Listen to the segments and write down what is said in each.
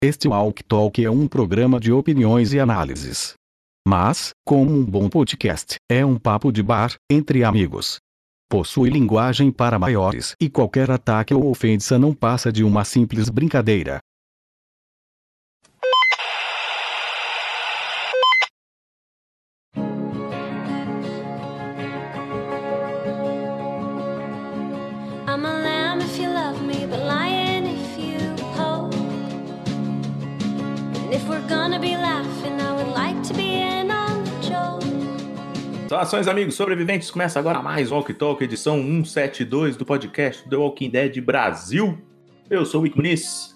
Este Walk Talk é um programa de opiniões e análises. Mas, como um bom podcast, é um papo de bar, entre amigos. Possui linguagem para maiores e qualquer ataque ou ofensa não passa de uma simples brincadeira. I'm a lamb if you love me, but lion if you hold. And if we're gonna be laughing, I would like to be in on the joke. Saudações, amigos sobreviventes, começa agora mais Walk Talk, edição 172 do podcast The Walking Dead Brasil. Eu sou o Wick Muniz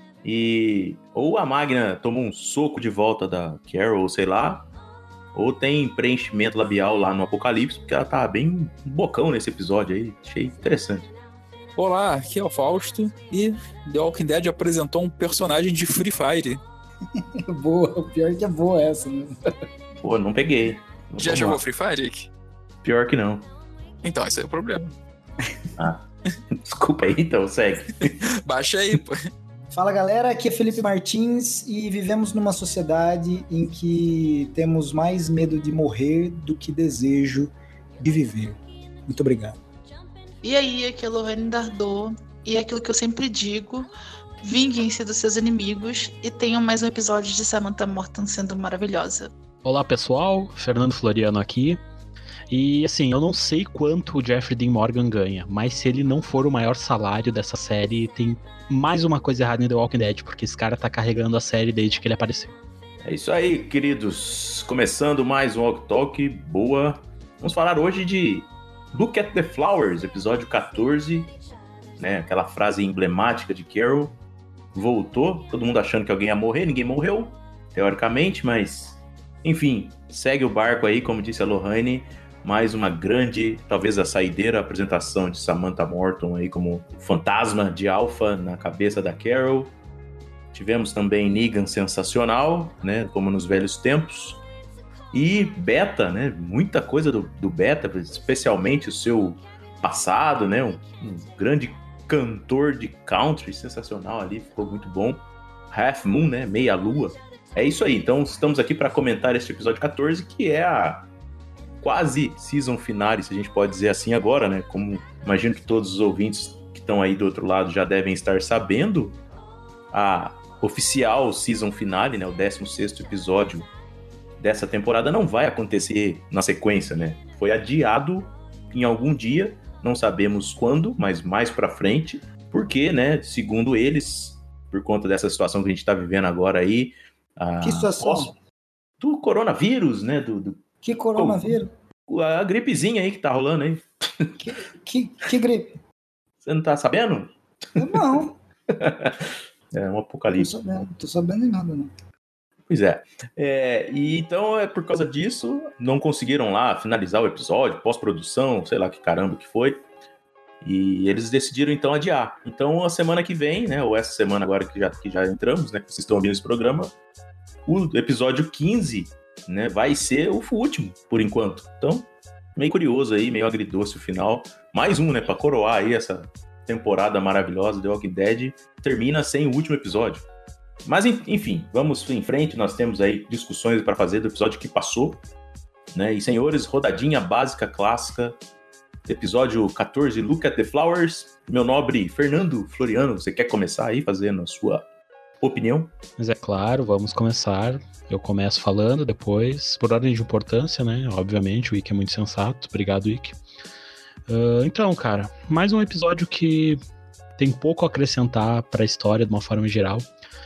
e ou a Magna tomou um soco de volta da Carol, ou sei lá, ou tem preenchimento labial lá no Apocalipse, porque ela tá bem bocão nesse episódio aí, achei interessante. Olá, aqui é o Fausto e The Walking Dead apresentou um personagem de Free Fire. Boa, o pior que é boa essa, né? Pô, não peguei. Já jogou Free Fire, Rick? Pior que não. Então, esse é o problema. Ah, desculpa aí, então, segue. Baixa aí, pô. Fala galera, aqui é Felipe Martins e vivemos numa sociedade em que temos mais medo de morrer do que desejo de viver. Muito obrigado. E aí, aqui é Lohane Dardot, e é aquilo que eu sempre digo: vinguem-se dos seus inimigos e tenham mais um episódio de Samantha Morton sendo maravilhosa. Olá pessoal, Fernando Floriano aqui. E assim, eu não sei quanto o Jeffrey Dean Morgan ganha, mas se ele não for o maior salário dessa série, tem mais uma coisa errada em The Walking Dead, porque esse cara tá carregando a série desde que ele apareceu. É isso aí, queridos. Começando mais um Walk Talk, boa. Vamos falar hoje de Look at the Flowers, episódio 14, né? Aquela frase emblemática de Carol. Voltou, todo mundo achando que alguém ia morrer, ninguém morreu, teoricamente, mas... Enfim, segue o barco aí, como disse a Lohane. Mais uma grande, talvez a saideira apresentação de Samantha Morton aí como fantasma de Alpha na cabeça da Carol. Tivemos também Negan sensacional, né? Como nos velhos tempos. E Beta, né? Muita coisa do Beta, especialmente o seu passado, né? Um grande cantor de country sensacional ali, ficou muito bom. Half Moon, né? Meia Lua. É isso aí, então estamos aqui para comentar este episódio 14, que é a quase season finale, se a gente pode dizer assim agora, né? Como imagino que todos os ouvintes que estão aí do outro lado já devem estar sabendo, a oficial season finale, né? O 16º episódio dessa temporada não vai acontecer na sequência, né? Foi adiado em algum dia, não sabemos quando, mas mais pra frente, porque, né, segundo eles, por conta dessa situação que a gente tá vivendo agora aí, Que situação? Do coronavírus, né, Que coronavírus? a gripezinha aí que tá rolando aí. Que gripe? Você não tá sabendo? Eu não. É um apocalipse. Tô sabendo de nada, não. Pois é. E então é por causa disso, não conseguiram lá finalizar o episódio, pós-produção, sei lá que caramba que foi. E eles decidiram então adiar. Então a semana que vem, né, ou essa semana agora que já entramos, né, que vocês estão ouvindo esse programa, o episódio 15, né, vai ser o último, por enquanto. Então, meio curioso aí, meio agridoce o final. Mais um, né, pra coroar aí essa temporada maravilhosa The Walking Dead, termina sem o último episódio. Mas, enfim, vamos em frente, nós temos aí discussões para fazer do episódio que passou, né? E, senhores, rodadinha básica, clássica, episódio 14, Look at the Flowers. Meu nobre Fernando Floriano, você quer começar aí fazendo a sua opinião? Mas é claro, vamos começar. Eu começo falando, depois, por ordem de importância, né? Obviamente, o Wick é muito sensato. Obrigado, Wick. Então, cara, mais um episódio que tem pouco a acrescentar para a história de uma forma geral.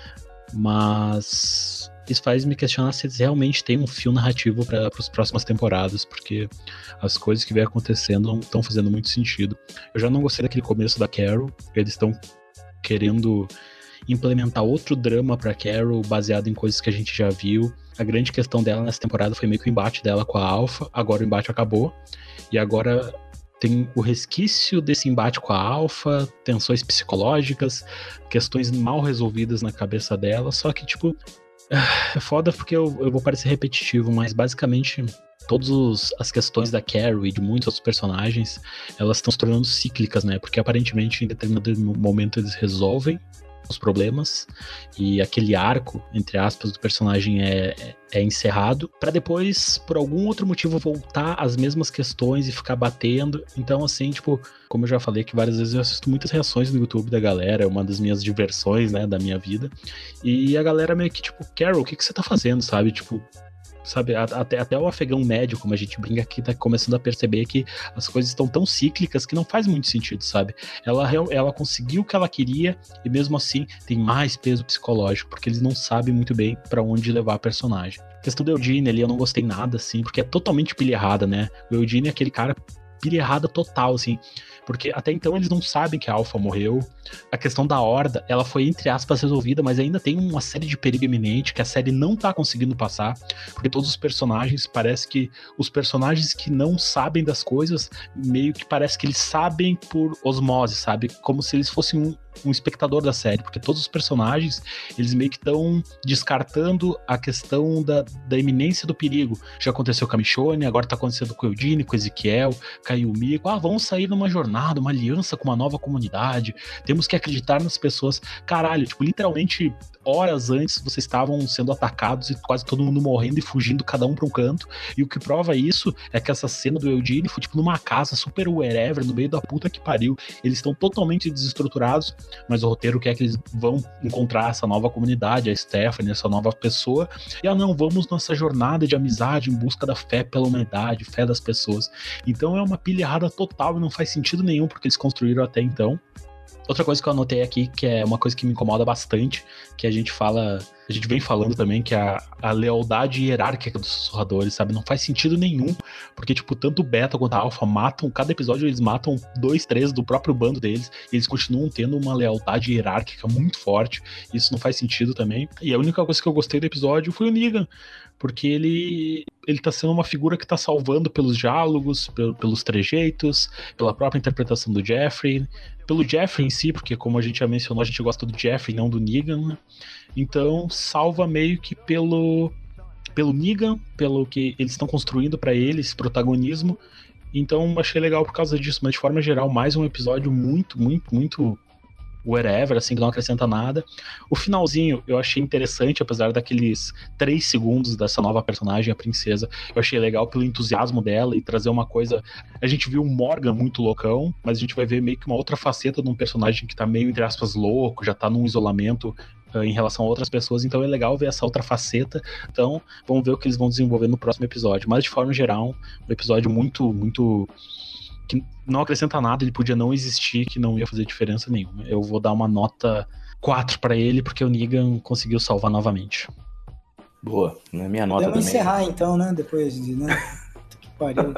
Mas isso faz me questionar se eles realmente têm um fio narrativo para as próximas temporadas, porque as coisas que vem acontecendo não estão fazendo muito sentido. Eu já não gostei daquele começo da Carol, eles estão querendo implementar outro drama para Carol baseado em coisas que a gente já viu. A grande questão dela nessa temporada foi meio que o embate dela com a Alpha, agora o embate acabou, e agora tem o resquício desse embate com a Alpha, tensões psicológicas, questões mal resolvidas na cabeça dela, só que, tipo, é foda porque eu vou parecer repetitivo, mas basicamente todas as questões da Carol e de muitos outros personagens, elas estão se tornando cíclicas, né? Porque aparentemente em determinado momento eles resolvem os problemas e aquele arco, entre aspas, do personagem é encerrado, pra depois, por algum outro motivo, voltar às mesmas questões e ficar batendo. Então, assim, tipo, como eu já falei que várias vezes, eu assisto muitas reações no YouTube da galera, é uma das minhas diversões, né, da minha vida, e a galera meio que, tipo, Carol, o que você tá fazendo, sabe? Tipo, sabe, até o afegão médio, como a gente brinca aqui, tá começando a perceber que as coisas estão tão cíclicas que não faz muito sentido, sabe? Ela conseguiu o que ela queria e mesmo assim tem mais peso psicológico, porque eles não sabem muito bem pra onde levar a personagem. A questão do Eugene ali, eu não gostei nada, assim, porque é totalmente pilha errada, né? O Eugene é aquele cara pilha errada total, assim, porque até então eles não sabem que a Alpha morreu. A questão da Horda, ela foi, entre aspas, resolvida, mas ainda tem uma série de perigo iminente que a série não tá conseguindo passar, porque todos os personagens, parece que os personagens que não sabem das coisas, meio que parece que eles sabem por osmose, sabe? Como se eles fossem um espectador da série, porque todos os personagens, eles meio que estão descartando a questão da iminência do perigo. Já aconteceu com a Michonne, agora tá acontecendo com o Eugene, com o Ezequiel, com a Yumi. Vamos sair numa jornada, uma aliança com uma nova comunidade, temos que acreditar nas pessoas. Caralho, tipo, literalmente horas antes vocês estavam sendo atacados e quase todo mundo morrendo e fugindo, cada um pra um canto, e o que prova isso é que essa cena do Eugene foi tipo numa casa super wherever, no meio da puta que pariu. Eles estão totalmente desestruturados, mas o roteiro quer que eles vão encontrar essa nova comunidade, a Stephanie, essa nova pessoa, e não, vamos nessa jornada de amizade em busca da fé pela humanidade, fé das pessoas. Então é uma pilha errada total e não faz sentido nenhum porque eles construíram até então. Outra coisa que eu anotei aqui, que é uma coisa que me incomoda bastante, que a gente vem falando também, que é a lealdade hierárquica dos sussurradores, sabe? Não faz sentido nenhum, porque, tipo, tanto o Beta quanto a Alpha matam, cada episódio eles matam 2, 3 do próprio bando deles, e eles continuam tendo uma lealdade hierárquica muito forte, isso não faz sentido também. E a única coisa que eu gostei do episódio foi o Negan, porque ele tá sendo uma figura que tá salvando pelos diálogos, pelos trejeitos, pela própria interpretação do Jeffrey, pelo Jeffrey em si, porque como a gente já mencionou, a gente gosta do Jeffrey, não do Negan, né? Então salva meio que pelo Negan, pelo que eles estão construindo pra ele, esse protagonismo. Então achei legal por causa disso, mas de forma geral, mais um episódio muito, muito, muito whatever, assim, que não acrescenta nada. O finalzinho eu achei interessante, apesar daqueles 3 segundos dessa nova personagem, a princesa, eu achei legal pelo entusiasmo dela e trazer uma coisa. A gente viu o Morgan muito loucão, mas a gente vai ver meio que uma outra faceta de um personagem que tá meio, entre aspas, louco, já tá num isolamento em relação a outras pessoas, então é legal ver essa outra faceta. Então vamos ver o que eles vão desenvolver no próximo episódio, mas de forma geral, um episódio muito, muito que não acrescenta nada, ele podia não existir, que não ia fazer diferença nenhuma. Eu vou dar uma nota 4 pra ele, porque o Negan conseguiu salvar novamente. Boa, na minha nota Podemos também. encerrar então, né? Depois de, né? Que pariu.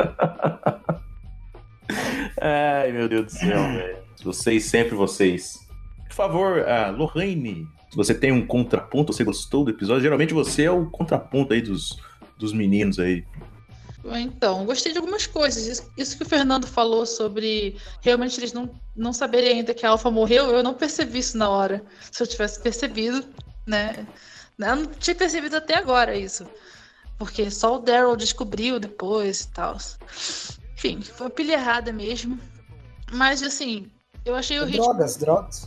Ai, meu Deus do céu, velho. Vocês, sempre vocês. Por favor, Lorraine, se você tem um contraponto, você gostou do episódio? Geralmente você é o contraponto aí dos meninos aí. Então, gostei de algumas coisas. Isso que o Fernando falou sobre realmente eles não saberem ainda que a Alpha morreu, eu não percebi isso na hora. Se eu tivesse percebido, né? Eu não tinha percebido até agora isso. Porque só o Daryl descobriu depois e tal. Enfim, foi uma pilha errada mesmo. Mas, assim, eu achei o ritmo... Drogas.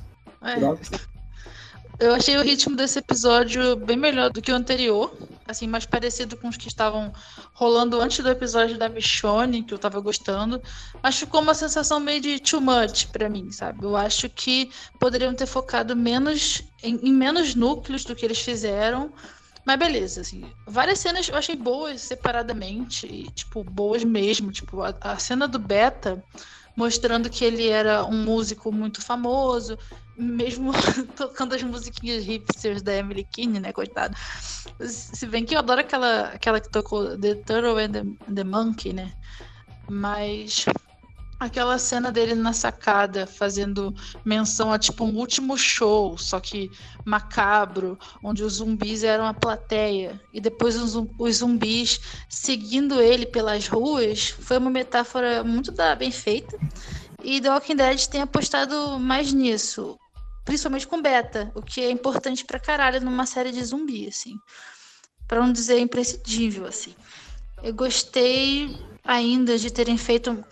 Eu achei o ritmo desse episódio bem melhor do que o anterior, assim, mais parecido com os que estavam rolando antes do episódio da Michonne, que eu tava gostando, mas ficou uma sensação meio de too much pra mim, sabe? Eu acho que poderiam ter focado menos em menos núcleos do que eles fizeram, mas beleza, assim, várias cenas eu achei boas separadamente, e, tipo, boas mesmo, tipo, a cena do Beta mostrando que ele era um músico muito famoso, mesmo tocando as musiquinhas hipsters da Emily Kinney, né, coitado. Se bem que eu adoro aquela que tocou The Turtle and the Monkey, né, mas aquela cena dele na sacada fazendo menção a tipo um último show, só que macabro, onde os zumbis eram a plateia e depois os zumbis seguindo ele pelas ruas, foi uma metáfora muito bem feita. E The Walking Dead tem apostado mais nisso, principalmente com Beta, o que é importante pra caralho numa série de zumbi, assim. Pra não dizer imprescindível, assim. Eu gostei ainda de terem feito,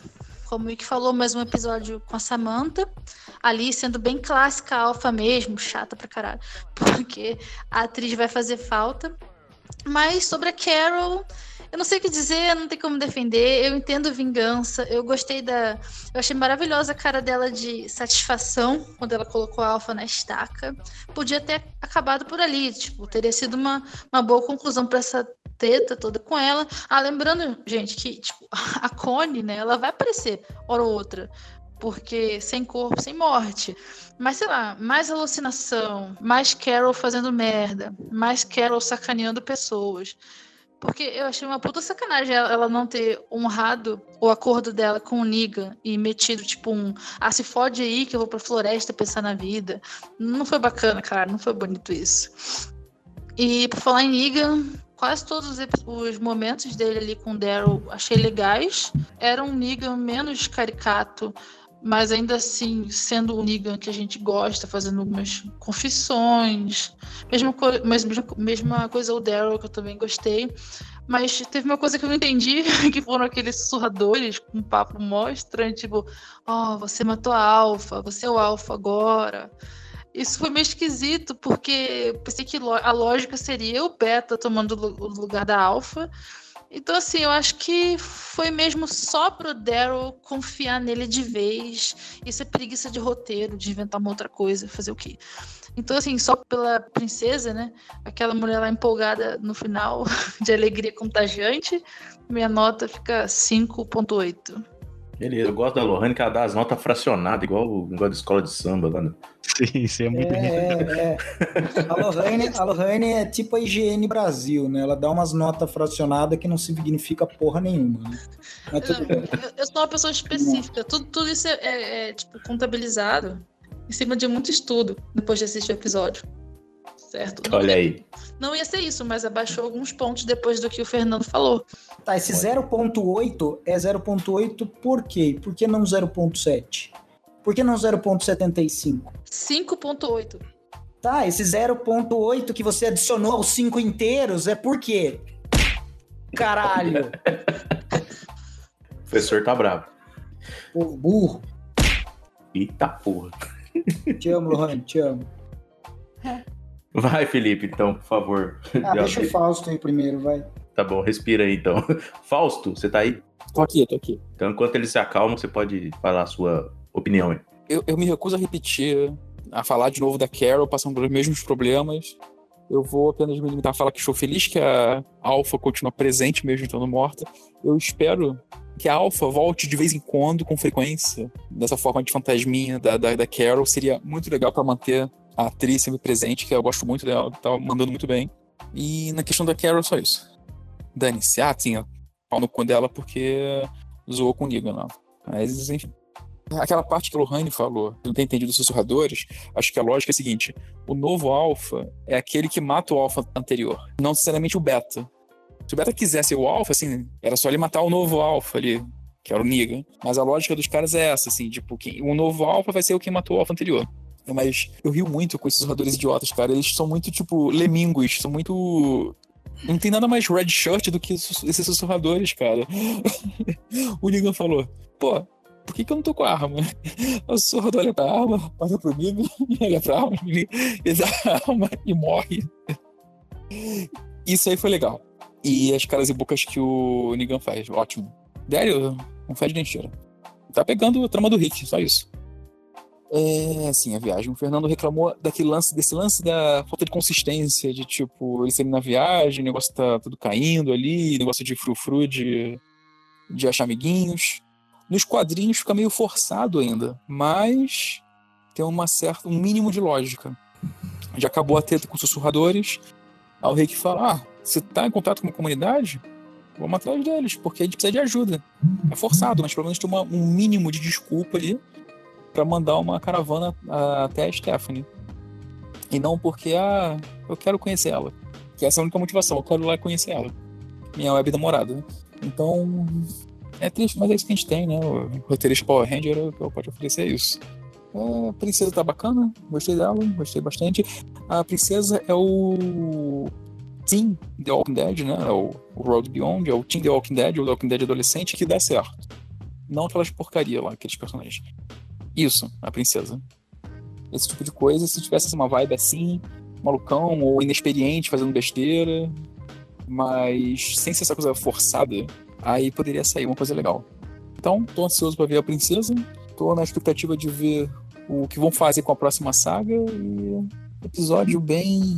como o Wick falou, mais um episódio com a Samantha, ali sendo bem clássica, alfa mesmo, chata pra caralho, porque a atriz vai fazer falta. Mas sobre a Carol, eu não sei o que dizer, não tem como defender, eu entendo vingança, eu achei maravilhosa a cara dela de satisfação quando ela colocou a Alpha na estaca. Podia ter acabado por ali, tipo, teria sido uma boa conclusão pra essa treta toda com ela. Lembrando, gente, que tipo, a Connie, né, ela vai aparecer hora ou outra, porque sem corpo, sem morte. Mas, sei lá, mais alucinação, mais Carol fazendo merda, mais Carol sacaneando pessoas. Porque eu achei uma puta sacanagem ela não ter honrado o acordo dela com o Negan e metido, tipo, se fode aí que eu vou pra floresta pensar na vida. Não foi bacana, cara, não foi bonito isso. E por falar em Negan, quase todos os momentos dele ali com o Daryl achei legais. Era um Negan menos caricato, mas ainda assim, sendo o Negan que a gente gosta, fazendo algumas confissões. Mesma coisa o Daryl, que eu também gostei. Mas teve uma coisa que eu não entendi, que foram aqueles sussurradores com um papo mó estranho, tipo, você matou a Alpha, você é o Alpha agora. Isso foi meio esquisito, porque pensei que a lógica seria o Beta tomando o lugar da Alpha. Então, assim, eu acho que foi mesmo só pro Daryl confiar nele de vez. Isso é preguiça de roteiro, de inventar uma outra coisa, fazer o quê? Então, assim, só pela princesa, né? Aquela mulher lá empolgada no final, de alegria contagiante, minha nota fica 5.8. Beleza, eu gosto da Lohane, que ela dá as notas fracionadas, igual o negócio da escola de samba lá, né? Sim, isso é muito bonito. A Lohane é tipo a IGN Brasil, né? Ela dá umas notas fracionadas que não significa porra nenhuma, né? Mas tudo bem. Eu sou uma pessoa específica. Tudo isso é tipo, contabilizado em cima de muito estudo depois de assistir o episódio. Certo? Olha aí. Não ia ser isso, mas abaixou alguns pontos depois do que o Fernando falou. Tá, esse 0.8 é 0.8 por quê? Por que não 0.7? Por que não 0.75? 5.8. Tá, esse 0.8 que você adicionou aos 5 inteiros é por quê? Caralho. O professor tá bravo. Pô, burro. Eita porra. Te amo, Lohane, te amo. Vai, Felipe, então, por favor. Deixa o Fausto aí primeiro, vai. Tá bom, respira aí, então. Fausto, você tá aí? Tô aqui. Então, enquanto ele se acalma, você pode falar a sua opinião aí. Eu me recuso a repetir, a falar de novo da Carol, passando pelos mesmos problemas. Eu vou apenas me limitar a falar que estou feliz que a Alpha continua presente mesmo estando morta. Eu espero que a Alpha volte de vez em quando, com frequência, dessa forma de fantasminha da Carol. Seria muito legal para manter a atriz sempre presente, que eu gosto muito dela, tá mandando muito bem. E na questão da Carol, só isso. Dane-se. Tinha pau no cu dela porque zoou com o Negan, não. Mas, enfim. Aquela parte que o Lohane falou, não tem entendido os sussurradores, acho que a lógica é a seguinte: o novo Alpha é aquele que mata o Alpha anterior, não necessariamente o Beta. Se o Beta quisesse o Alpha, assim, era só ele matar o novo Alpha ali, que era o Negan. Mas a lógica dos caras é essa, assim, tipo, o novo Alpha vai ser o que matou o Alpha anterior. Mas eu rio muito com esses sussurradores idiotas, cara. Eles são muito, tipo, lemingos, são muito... Não tem nada mais red shirt do que esses sussurradores, cara. O Negan falou, pô, por que eu não tô com a arma? O sussurrador olha pra arma, olha pro Negan, olha pra arma, ele dá a arma e morre. Isso aí foi legal. E as caras e bocas que o Negan faz, ótimo. Daryl, não faz nem cheiro. Tá pegando a trama do Rick, só isso. Assim, a viagem. O Fernando reclamou desse lance da falta de consistência, de tipo, eles serem na viagem, o negócio tá tudo caindo ali, negócio de frufru, de achar amiguinhos. Nos quadrinhos fica meio forçado ainda, mas tem um mínimo de lógica. Já acabou a treta com os sussurradores, aí o Rick fala, você tá em contato com a comunidade? Vamos atrás deles, porque a gente precisa de ajuda. É forçado, mas pelo menos tem um mínimo de desculpa ali pra mandar uma caravana até a Stephanie. E não porque, eu quero conhecer ela. Que essa é a única motivação, eu quero ir lá conhecer ela. Minha web namorada, né? Então, é triste, mas é isso que a gente tem, né? O roteirista Power Ranger, o que eu posso oferecer é isso. A princesa tá bacana, gostei dela, gostei bastante. A princesa é o Team The Walking Dead, né? É o Road Beyond, é o Team The Walking Dead, o The Walking Dead adolescente, que dá certo. Não aquelas porcaria lá, aqueles personagens. Isso, a princesa. Esse tipo de coisa, se tivesse uma vibe assim, malucão ou inexperiente, fazendo besteira, mas sem ser essa coisa forçada, aí poderia sair uma coisa legal. Então, tô ansioso pra ver a princesa, tô na expectativa de ver o que vão fazer com a próxima saga e episódio bem...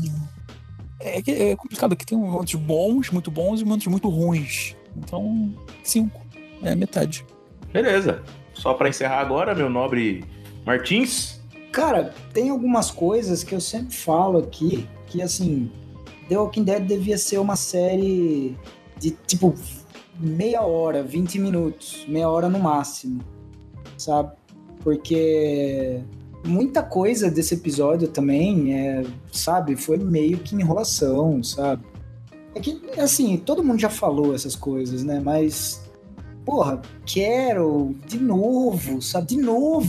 É complicado, que tem momentos bons, muito bons e momentos muito ruins. Então, 5. É metade. Beleza. Só pra encerrar agora, meu nobre Martins. Cara, tem algumas coisas que eu sempre falo aqui, que assim, The Walking Dead devia ser uma série de tipo meia hora, 20 minutos, meia hora no máximo, sabe? Porque muita coisa desse episódio também, sabe, foi meio que enrolação, sabe? É que, assim, todo mundo já falou essas coisas, né? Mas, porra, quero de novo, sabe? De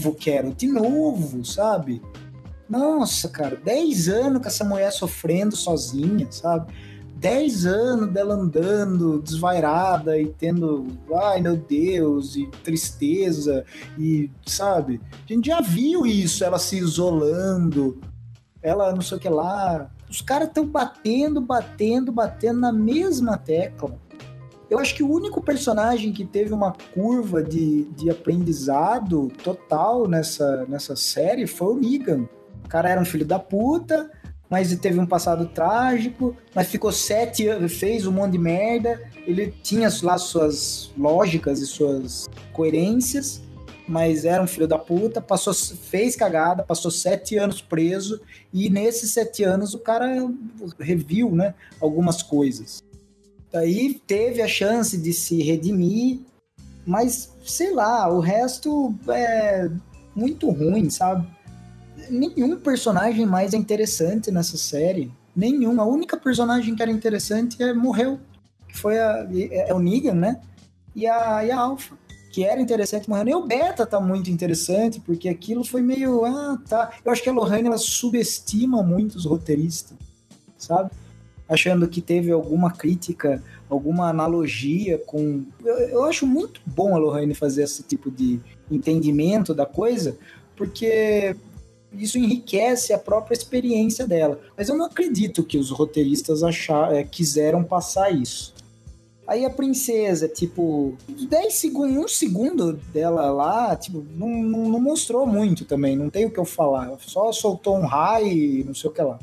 novo, sabe? Nossa, cara, 10 anos com essa mulher sofrendo sozinha, sabe? 10 anos dela andando desvairada e tendo, ai meu Deus, e tristeza, e sabe? A gente já viu isso, ela se isolando, ela não sei o que lá. Os caras estão batendo na mesma tecla. Eu acho que o único personagem que teve uma curva de aprendizado total nessa série foi o Negan. O cara era um filho da puta, mas teve um passado trágico, mas ficou 7 anos, fez um monte de merda, ele tinha lá suas lógicas e suas coerências, mas era um filho da puta, fez cagada, passou 7 anos preso, e nesses 7 anos o cara reviu, né, algumas coisas. Daí teve a chance de se redimir, mas, sei lá, o resto é muito ruim, sabe? Nenhum personagem mais é interessante nessa série. Nenhum. A única personagem que era interessante morreu. Que foi o Negan, né? E a Alpha. Que era interessante, morreu. Nem o Beta tá muito interessante, porque aquilo foi meio... tá. Eu acho que a Lorraine, ela subestima muito os roteiristas, sabe? Achando que teve alguma crítica, alguma analogia com... Eu acho muito bom a Lorraine fazer esse tipo de entendimento da coisa, porque isso enriquece a própria experiência dela. Mas eu não acredito que os roteiristas quiseram passar isso. Aí a princesa, tipo, 10 segundos, 1 segundo dela lá, tipo, não mostrou muito também, não tem o que eu falar. Só soltou um raio e não sei o que lá.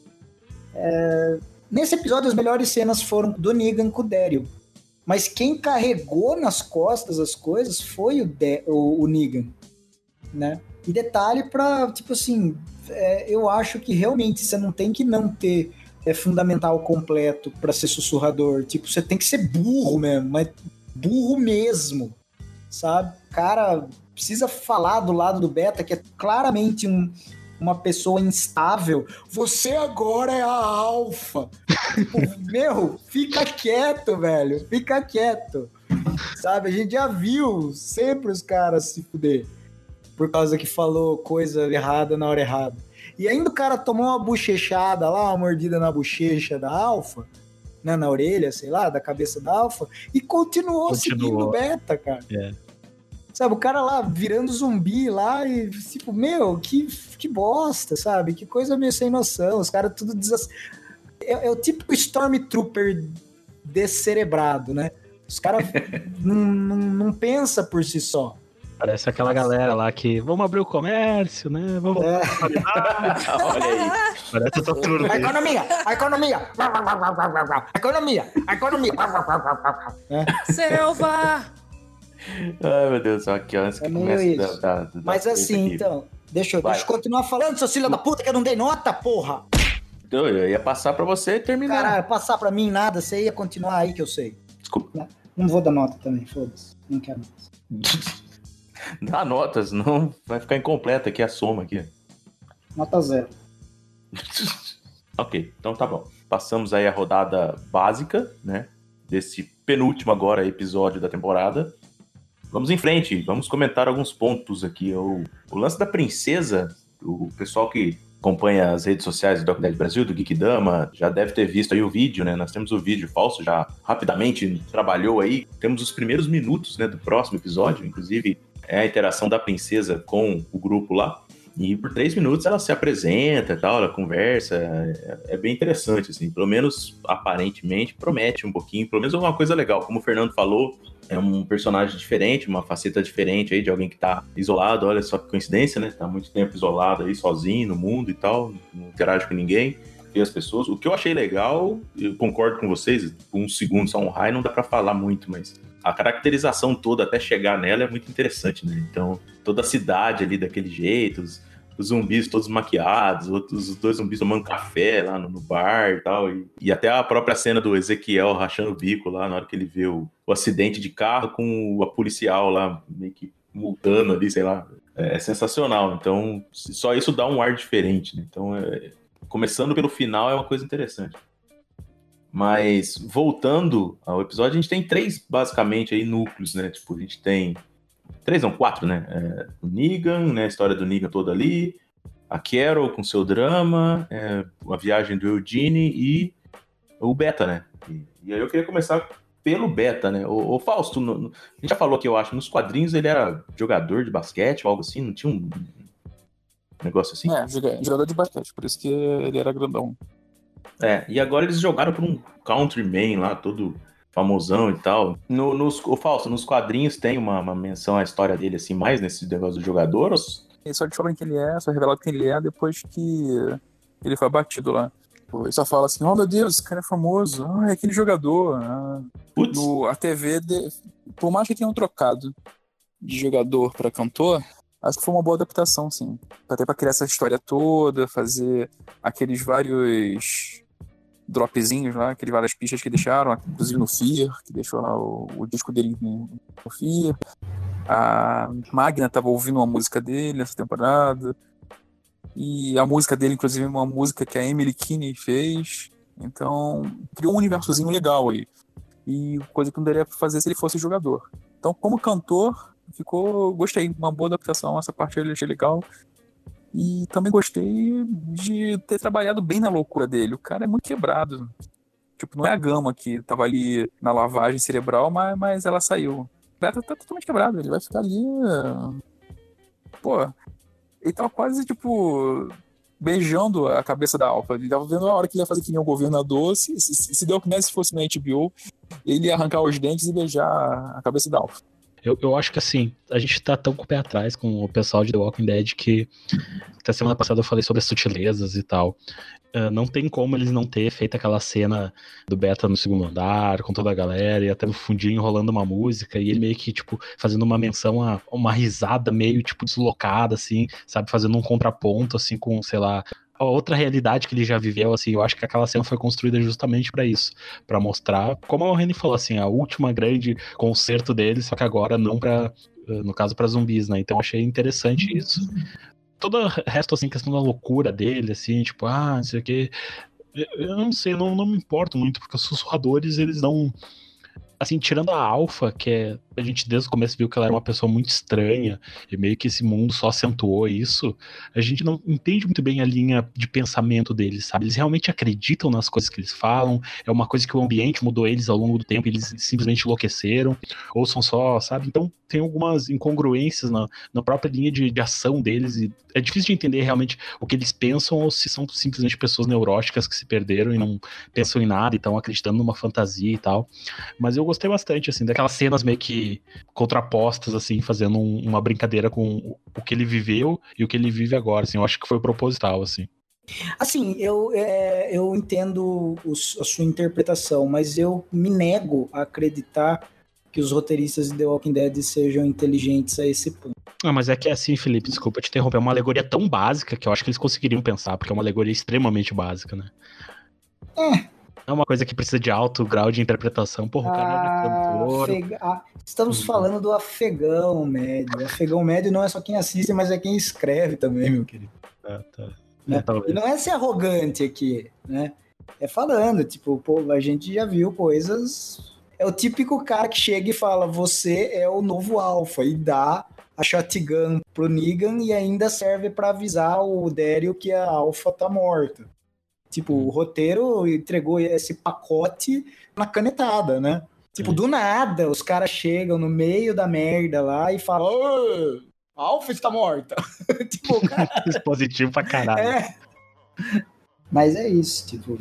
Nesse episódio, as melhores cenas foram do Negan com o Daryl. Mas quem carregou nas costas as coisas foi o Negan, né? E detalhe pra, tipo assim, eu acho que realmente você não tem que não ter fundamental completo pra ser sussurrador. Tipo, você tem que ser burro mesmo, mas burro mesmo, sabe? O cara precisa falar do lado do Beta, que é claramente uma pessoa instável. Você agora é a Alpha. Tipo, meu, fica quieto, velho. Fica quieto. Sabe? A gente já viu sempre os caras se fuder por causa que falou coisa errada na hora errada. E ainda o cara tomou uma bochechada lá, uma mordida na bochecha da Alpha, né, na orelha, sei lá, da cabeça da Alpha, e continuou seguindo o Beta, cara. Sabe, o cara lá virando zumbi lá e, tipo, meu, que bosta, sabe? Que coisa meio sem noção. Os caras tudo é o típico Stormtrooper descerebrado, né? Os caras não pensam por si só. Parece aquela galera lá que vamos abrir o comércio, né? Vamos. Olha aí. Parece o Totoro. A economia! Selva! Ai, meu Deus do céu, aqui antes que comece Mas assim, então, deixa eu continuar falando, seu filho da puta, que eu não dei nota, porra! Eu ia passar pra você terminar. Caralho, passar pra mim nada, você ia continuar aí que eu sei. Desculpa. Não vou dar nota também, foda-se. Não quero mais. Dá notas, não vai ficar incompleta aqui a soma aqui. Nota 0. Ok, então tá bom. Passamos aí a rodada básica, né? Desse penúltimo agora episódio da temporada. Vamos em frente, vamos comentar alguns pontos aqui. O lance da princesa, o pessoal que acompanha as redes sociais do Walking Dead Brasil, do Geekdama, já deve ter visto aí o vídeo, né? Nós temos o vídeo falso, já rapidamente trabalhou aí. Temos os primeiros minutos, né, do próximo episódio, inclusive é a interação da princesa com o grupo lá. E por 3 minutos ela se apresenta e tal, ela conversa, é bem interessante, assim, pelo menos aparentemente promete um pouquinho, pelo menos uma coisa legal, como o Fernando falou, é um personagem diferente, uma faceta diferente aí de alguém que tá isolado, olha só que coincidência, né, tá há muito tempo isolado aí, sozinho no mundo e tal, não interage com ninguém, e as pessoas, o que eu achei legal, eu concordo com vocês, um segundo só um raio não dá pra falar muito, mas a caracterização toda até chegar nela é muito interessante, né? Então, toda a cidade ali daquele jeito, os zumbis todos maquiados, os 2 zumbis tomando café lá no bar e tal. E até a própria cena do Ezequiel rachando o bico lá na hora que ele vê o acidente de carro com a policial lá meio que multando ali, sei lá. É sensacional. Então, só isso dá um ar diferente, né? Então, começando pelo final é uma coisa interessante. Mas, voltando ao episódio, a gente tem 3, basicamente, aí, núcleos, né? Tipo, a gente tem 3, não, 4, né? O Negan, né? A história do Negan toda ali. A Carol com seu drama. A viagem do Eugene e o Beta, né? E aí eu queria começar pelo Beta, né? O Fausto, a gente já falou que eu acho, nos quadrinhos ele era jogador de basquete ou algo assim, não tinha um negócio assim? Jogador de basquete, por isso que ele era grandão. E agora eles jogaram por um countryman lá, todo famosão e tal. O Fausto, nos quadrinhos tem uma menção à história dele, assim, mais nesse negócio do jogador? Eles só descobrem quem ele é, só revelam quem ele é depois que ele foi abatido lá. Ele só fala assim, oh meu Deus, esse cara é famoso, é aquele jogador. Putz. A TV, por mais que tenham trocado de jogador pra cantor, acho que foi uma boa adaptação, sim. Até pra criar essa história toda, fazer aqueles vários dropzinhos lá, aqueles várias pistas que deixaram, inclusive no Fear, que deixou lá o disco dele no Fear. A Magna tava ouvindo uma música dele essa temporada. E a música dele, inclusive, é uma música que a Emily Kinney fez. Então, criou um universozinho legal aí. E coisa que não daria pra fazer se ele fosse jogador. Então, como cantor, gostei. Uma boa adaptação, essa parte eu achei legal. E também gostei de ter trabalhado bem na loucura dele. O cara é muito quebrado. Tipo, não é a Gama que tava ali na lavagem cerebral, mas ela saiu. O cara tá totalmente quebrado. Ele vai ficar ali... Pô, ele tava quase, tipo, beijando a cabeça da Alpha. Ele tava vendo a hora que ele ia fazer que nem o governador. Se deu que nem se fosse na HBO, ele ia arrancar os dentes e beijar a cabeça da Alpha. Eu acho que assim, a gente tá tão com o pé atrás com o pessoal de The Walking Dead que até semana passada eu falei sobre as sutilezas e tal. Não tem como eles não ter feito aquela cena do Beta no segundo andar, com toda a galera, e até no fundinho rolando uma música, e ele meio que, tipo, fazendo uma menção a uma risada meio, tipo, deslocada, assim, sabe? Fazendo um contraponto, assim, com, sei lá, a outra realidade que ele já viveu, assim. Eu acho que aquela cena foi construída justamente pra isso, pra mostrar, como a Reni falou, assim, a última grande concerto dele, só que agora não pra, no caso, pra zumbis, né? Então eu achei interessante isso. Todo o resto, assim, questão da loucura dele, assim, tipo, não sei o quê. Eu não sei, não me importo muito, porque os sussurradores, eles não... Assim, tirando a Alpha, que a gente desde o começo viu que ela era uma pessoa muito estranha, e meio que esse mundo só acentuou isso, a gente não entende muito bem a linha de pensamento deles, sabe? Eles realmente acreditam nas coisas que eles falam, é uma coisa que o ambiente mudou eles ao longo do tempo, eles simplesmente enlouqueceram, ou são só, sabe? Então tem algumas incongruências na própria linha de ação deles, e é difícil de entender realmente o que eles pensam, ou se são simplesmente pessoas neuróticas que se perderam e não pensam em nada, e estão acreditando numa fantasia e tal. Mas eu gostei bastante, assim, daquelas cenas meio que contrapostas, assim, fazendo uma brincadeira com o que ele viveu e o que ele vive agora, assim. Eu acho que foi proposital, assim. Assim, eu entendo a sua interpretação, mas eu me nego a acreditar que os roteiristas de The Walking Dead sejam inteligentes a esse ponto. Mas é que é assim, Felipe, desculpa te interromper, é uma alegoria tão básica que eu acho que eles conseguiriam pensar, porque é uma alegoria extremamente básica, né? É uma coisa que precisa de alto grau de interpretação. Porra, o cara era cantor. Estamos falando do afegão médio. O afegão médio não é só quem assiste, mas é quem escreve também, meu querido. Tá. Né? E não é ser arrogante aqui, né? É falando, tipo, pô, a gente já viu coisas... É o típico cara que chega e fala, você é o novo alfa, e dá a shotgun pro Negan e ainda serve pra avisar o Daryl que a Alpha tá morta. Tipo, o roteiro entregou esse pacote na canetada, né? Tipo, do nada, os caras chegam no meio da merda lá e falam: "Ô, a Alpha está morta." Tipo, cara. Positivo pra caralho. É. Mas é isso, tipo,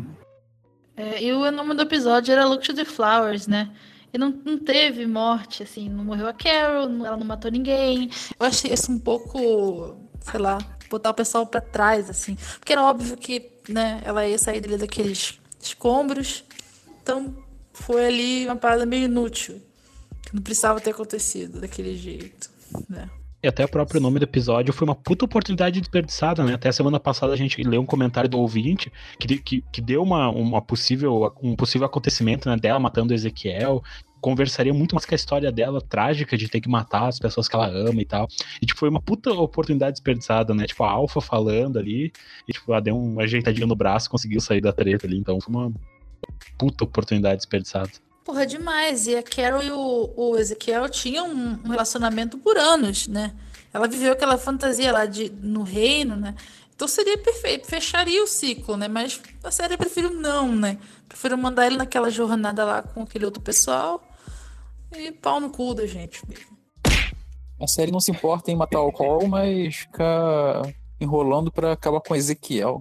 E o nome do episódio era Look to the Flowers, né? E não teve morte, assim, não morreu a Carol, ela não matou ninguém. Eu achei isso um pouco, sei lá, botar o pessoal pra trás, assim. Porque era óbvio que, né, ela ia sair dali daqueles escombros. Então, foi ali uma parada meio inútil. Que não precisava ter acontecido daquele jeito, né? E até o próprio nome do episódio foi uma puta oportunidade desperdiçada, né? Até a semana passada a gente leu um comentário do ouvinte que deu um possível acontecimento, né, dela matando o Ezequiel. Conversaria muito mais com a história dela, trágica, de ter que matar as pessoas que ela ama e tal. E, tipo, foi uma puta oportunidade desperdiçada, né? Tipo, a Alpha falando ali, e, tipo, ela deu uma ajeitadinha no braço, conseguiu sair da treta ali. Então, foi uma puta oportunidade desperdiçada. Porra, demais. E a Carol e o Ezequiel tinham um relacionamento por anos, né? Ela viveu aquela fantasia lá no reino, né? Então seria perfeito, fecharia o ciclo, né? Mas a série eu prefiro não, né? Prefiro mandar ele naquela jornada lá com aquele outro pessoal e pau no cu da gente mesmo. A série não se importa em matar o Cole, mas fica enrolando pra acabar com Ezequiel.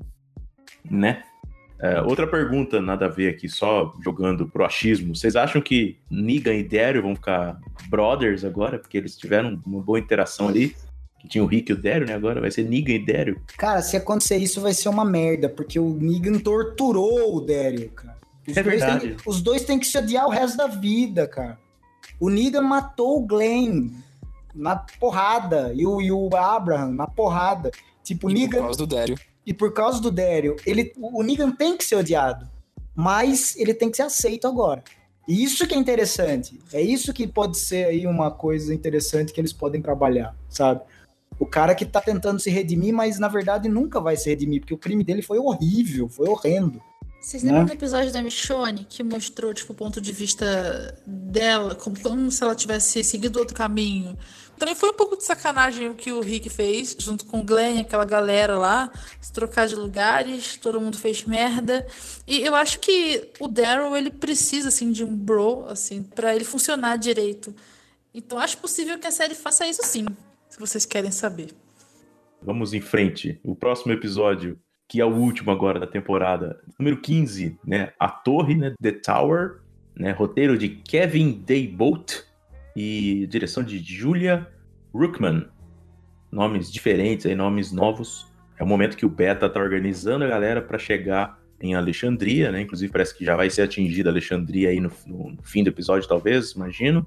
Né? Outra pergunta, nada a ver aqui, só jogando pro achismo. Vocês acham que Negan e Daryl vão ficar brothers agora? Porque eles tiveram uma boa interação ali. Que tinha o Rick e o Daryl, né? Agora vai ser Negan e Daryl. cara, se acontecer isso vai ser uma merda, porque o Negan torturou o Daryl, cara. Verdade. Os dois têm que se odiar o resto da vida, cara. O Negan matou o Glenn na porrada, e o Abraham na porrada. Tipo, o E por Negan... causa do Daryl. E por causa do Daryl, o Negan tem que ser odiado, mas ele tem que ser aceito agora. E isso que é interessante. É isso que pode ser aí uma coisa interessante que eles podem trabalhar, sabe? O cara que tá tentando se redimir, mas na verdade nunca vai se redimir, porque o crime dele foi horrível, foi horrendo. Vocês lembram do episódio da Michonne que mostrou, tipo, o ponto de vista dela, como se ela tivesse seguido outro caminho? Também foi um pouco de sacanagem o que o Rick fez, junto com o Glenn, aquela galera lá, se trocar de lugares, todo mundo fez merda. E eu acho que o Daryl, ele precisa, assim, de um bro, assim, pra ele funcionar direito. Então acho possível que a série faça isso sim, se vocês querem saber. Vamos em frente. O próximo episódio, que é o último agora da temporada, número 15, né? A Torre, né? The Tower, né? Roteiro de Kevin Daybolt e direção de Julia Ruckman. Nomes diferentes, aí, nomes novos. É o momento que o Beta tá organizando a galera para chegar em Alexandria, né? Inclusive parece que já vai ser atingida Alexandria aí no fim do episódio, talvez, imagino.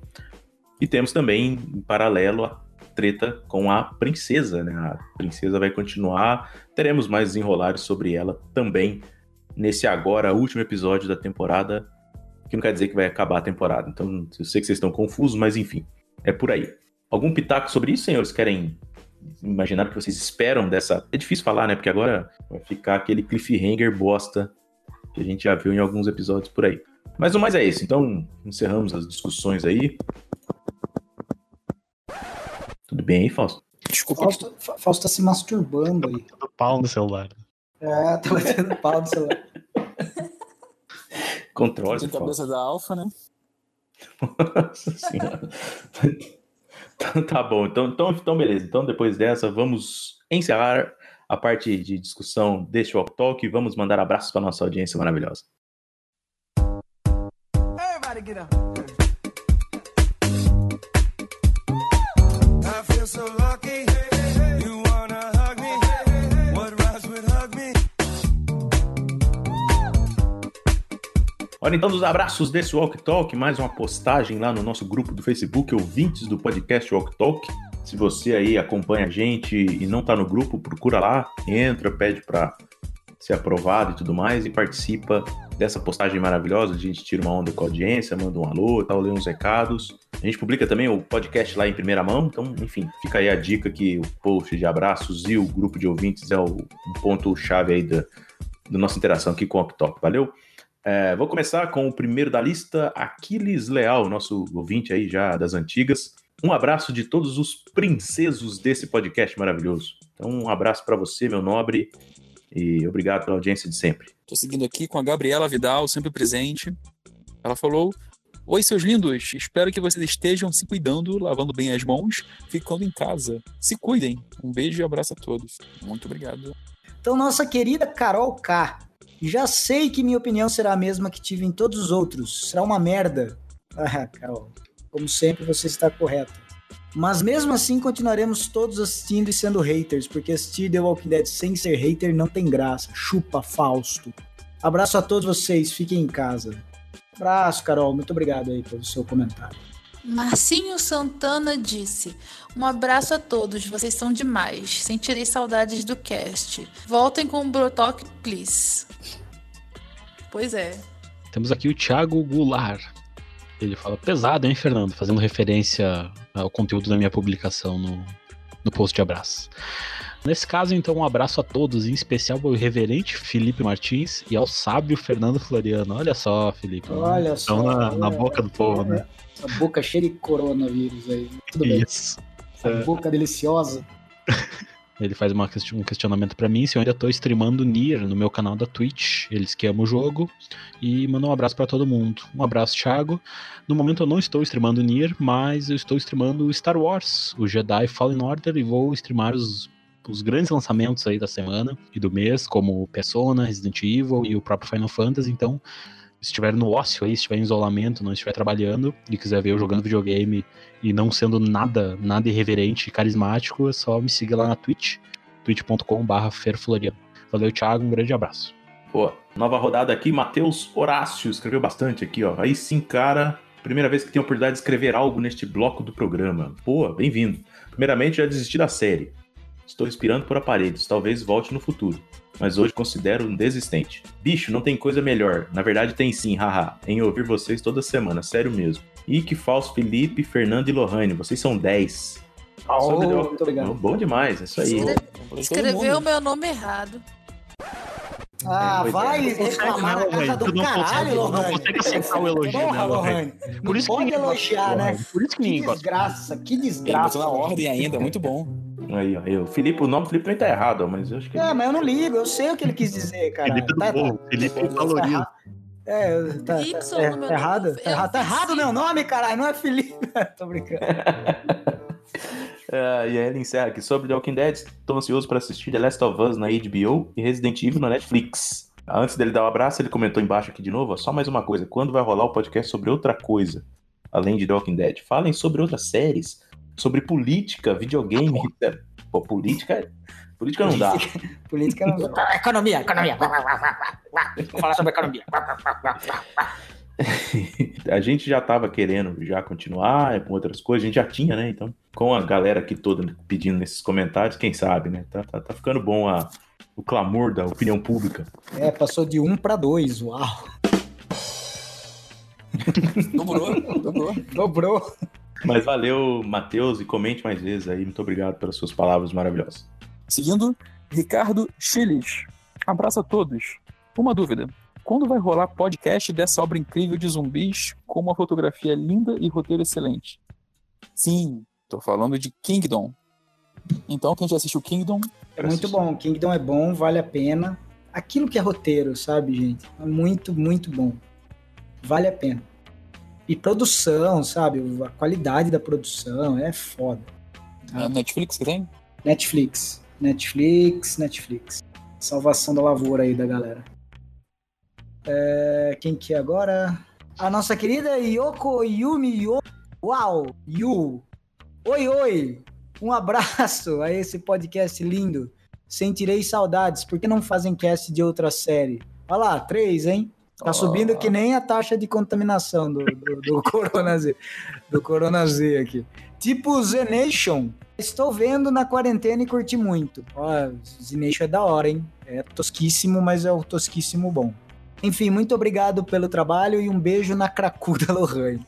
E temos também, em paralelo, a treta com a princesa, né? A princesa vai continuar. Teremos mais desenrolares sobre ela também nesse agora último episódio da temporada, que não quer dizer que vai acabar a temporada. Então, eu sei que vocês estão confusos, mas enfim, é por aí. Algum pitaco sobre isso, senhores? Querem imaginar o que vocês esperam dessa... É difícil falar, né? Porque agora vai ficar aquele cliffhanger bosta que a gente já viu em alguns episódios por aí. Mas o mais é esse. Então, encerramos as discussões aí. Tudo bem aí, Fausto? Desculpa. Fausto tá se masturbando aí. Todo pau no celular. Tá batendo pau no celular. Controle, De Fausto. cabeça da Alpha, né? Nossa senhora. Tá bom, então beleza. Então depois dessa, vamos encerrar a parte de discussão deste Walk Talk e vamos mandar abraços para nossa audiência maravilhosa. Everybody get up. I feel so lucky. You wanna hug me? What rhymes with hug me? Olha, então, dos abraços desse Walk Talk, mais uma postagem lá no nosso grupo do Facebook, ouvintes do podcast Walk Talk. Se você aí acompanha a gente e não tá no grupo, procura lá, entra, pede pra ser aprovado e tudo mais, e participa dessa postagem maravilhosa. A gente tira uma onda com a audiência, manda um alô e tal, lê uns recados. A gente publica também o podcast lá em primeira mão, então, enfim, fica aí a dica que o post de abraços e o grupo de ouvintes é o ponto-chave aí da nossa interação aqui com o Walk Talk. Valeu? Vou começar com o primeiro da lista, Aquiles Leal, nosso ouvinte aí já das antigas. um abraço de todos os princesos desse podcast maravilhoso. Então, um abraço para você, meu nobre, e obrigado pela audiência de sempre. Tô seguindo aqui com a Gabriela Vidal, sempre presente. Ela falou: oi, seus lindos, espero que vocês estejam se cuidando, lavando bem as mãos, ficando em casa. Se cuidem. Um beijo e abraço a todos. Muito obrigado. Então, nossa querida Carol K. Já sei que minha opinião será a mesma que tive em todos os outros. Será uma merda. Ah, Carol, como sempre, você está correta. Mas mesmo assim, continuaremos todos assistindo e sendo haters, porque assistir The Walking Dead sem ser hater não tem graça. Chupa, Fausto. Abraço a todos vocês, fiquem em casa. Abraço, Carol. Muito obrigado aí pelo seu comentário. Marcinho Santana disse: um abraço a todos, vocês são demais. Sentirei saudades do cast. Voltem com o Brotalk, please. Pois é. Temos aqui o Thiago Goulart. Ele fala: pesado, hein, Fernando? Fazendo referência ao conteúdo da minha publicação no post de abraço. Nesse caso, então, um abraço a todos, em especial ao reverente Felipe Martins e ao sábio Fernando Floriano. Olha só, Felipe. Olha só. Na boca do povo, né? Essa boca cheia de coronavírus aí. Tudo bem. Isso. Essa boca deliciosa. Ele faz um questionamento pra mim se eu ainda tô streamando Nier no meu canal da Twitch. Eles que amam o jogo. E mandou um abraço pra todo mundo. Um abraço, Thiago. No momento eu não estou streamando Nier, mas eu estou streamando Star Wars, o Jedi Fallen Order, e vou streamar os grandes lançamentos aí da semana e do mês, como Persona, Resident Evil e o próprio Final Fantasy. Então, se estiver no ócio aí, se estiver em isolamento, não estiver trabalhando e quiser ver eu jogando videogame e não sendo nada irreverente e carismático, é só me seguir lá na Twitch, twitch.com/ferfloriano. Valeu, Thiago, um grande abraço. Pô, nova rodada aqui, Matheus Horácio escreveu bastante aqui, ó. Aí sim, cara, primeira vez que tenho a oportunidade de escrever algo neste bloco do programa. Pô, bem-vindo. Primeiramente, já desisti da série. Estou inspirando por aparelhos, talvez volte no futuro. Mas hoje considero um desistente. Bicho, não tem coisa melhor. Na verdade tem sim, haha. Em ouvir vocês toda semana, sério mesmo. E que falso, Felipe, Fernando e Lohane. Vocês são 10. Muito obrigado. Bom demais, é isso aí. Escreveu o meu nome errado. Ah, Pois vai é. reclamar na casa do caralho, Não Lohane. consegue aceitar o elogio, Porra, né, Lohane? Lohane. Por Não isso que pode ninguém gosta elogiar, do né? Lohane. Por isso que Que ninguém gosta. desgraça, que Ele desgraça. botou na ordem ainda, muito bom. Aí, ó. O Felipe, o nome do Felipe não tá errado, ó, mas eu acho que... É, mas eu não ligo, eu sei o que ele quis dizer, cara. Felipe do Morro, Felipe Valorizo. Tá Y no meu errado? nome, Tá errado, tá errado o meu nome, caralho, não é Felipe. Tô brincando. E aí ele encerra aqui sobre The Walking Dead. Estou ansioso para assistir The Last of Us na HBO e Resident Evil na Netflix. Antes dele dar um abraço, ele comentou embaixo aqui de novo, ó, só mais uma coisa. Quando vai rolar o podcast sobre outra coisa, além de The Walking Dead? Falem sobre outras séries, sobre política, videogame. Pô, política não dá. Política não dá. Economia. Vamos falar sobre economia. A gente já tava querendo já continuar com outras coisas, a gente já tinha, né? Então, com a galera aqui toda pedindo nesses comentários, quem sabe, né? Tá ficando bom o clamor da opinião pública. Passou de 1 para 2, uau. Dobrou. Mas valeu, Matheus, e comente mais vezes aí. Muito obrigado pelas suas palavras maravilhosas. Seguindo, Ricardo Chiles. Abraço a todos. Uma dúvida. Quando vai rolar podcast dessa obra incrível de zumbis com uma fotografia linda e roteiro excelente? Sim, tô falando de Kingdom. Então, quem já assistiu Kingdom... É muito bom, Kingdom é bom, vale a pena. Aquilo que é roteiro, sabe, gente? É muito, muito bom. Vale a pena. E produção, sabe? A qualidade da produção é foda. É Netflix que tem? Netflix. Salvação da lavoura aí da galera. Quem que é agora? A nossa querida Yoko Yumi Uau! Yu! Oi! Um abraço a esse podcast lindo. Sentirei saudades. Por que não fazem cast de outra série? Olha lá, 3, hein? Tá subindo que nem a taxa de contaminação do Corona Z. Do Corona Z aqui. Tipo Z Nation. Estou vendo na quarentena e curti muito. Ó, Z Nation é da hora, hein? É tosquíssimo, mas é o tosquíssimo bom. Enfim, muito obrigado pelo trabalho e um beijo na cracuda Lohane.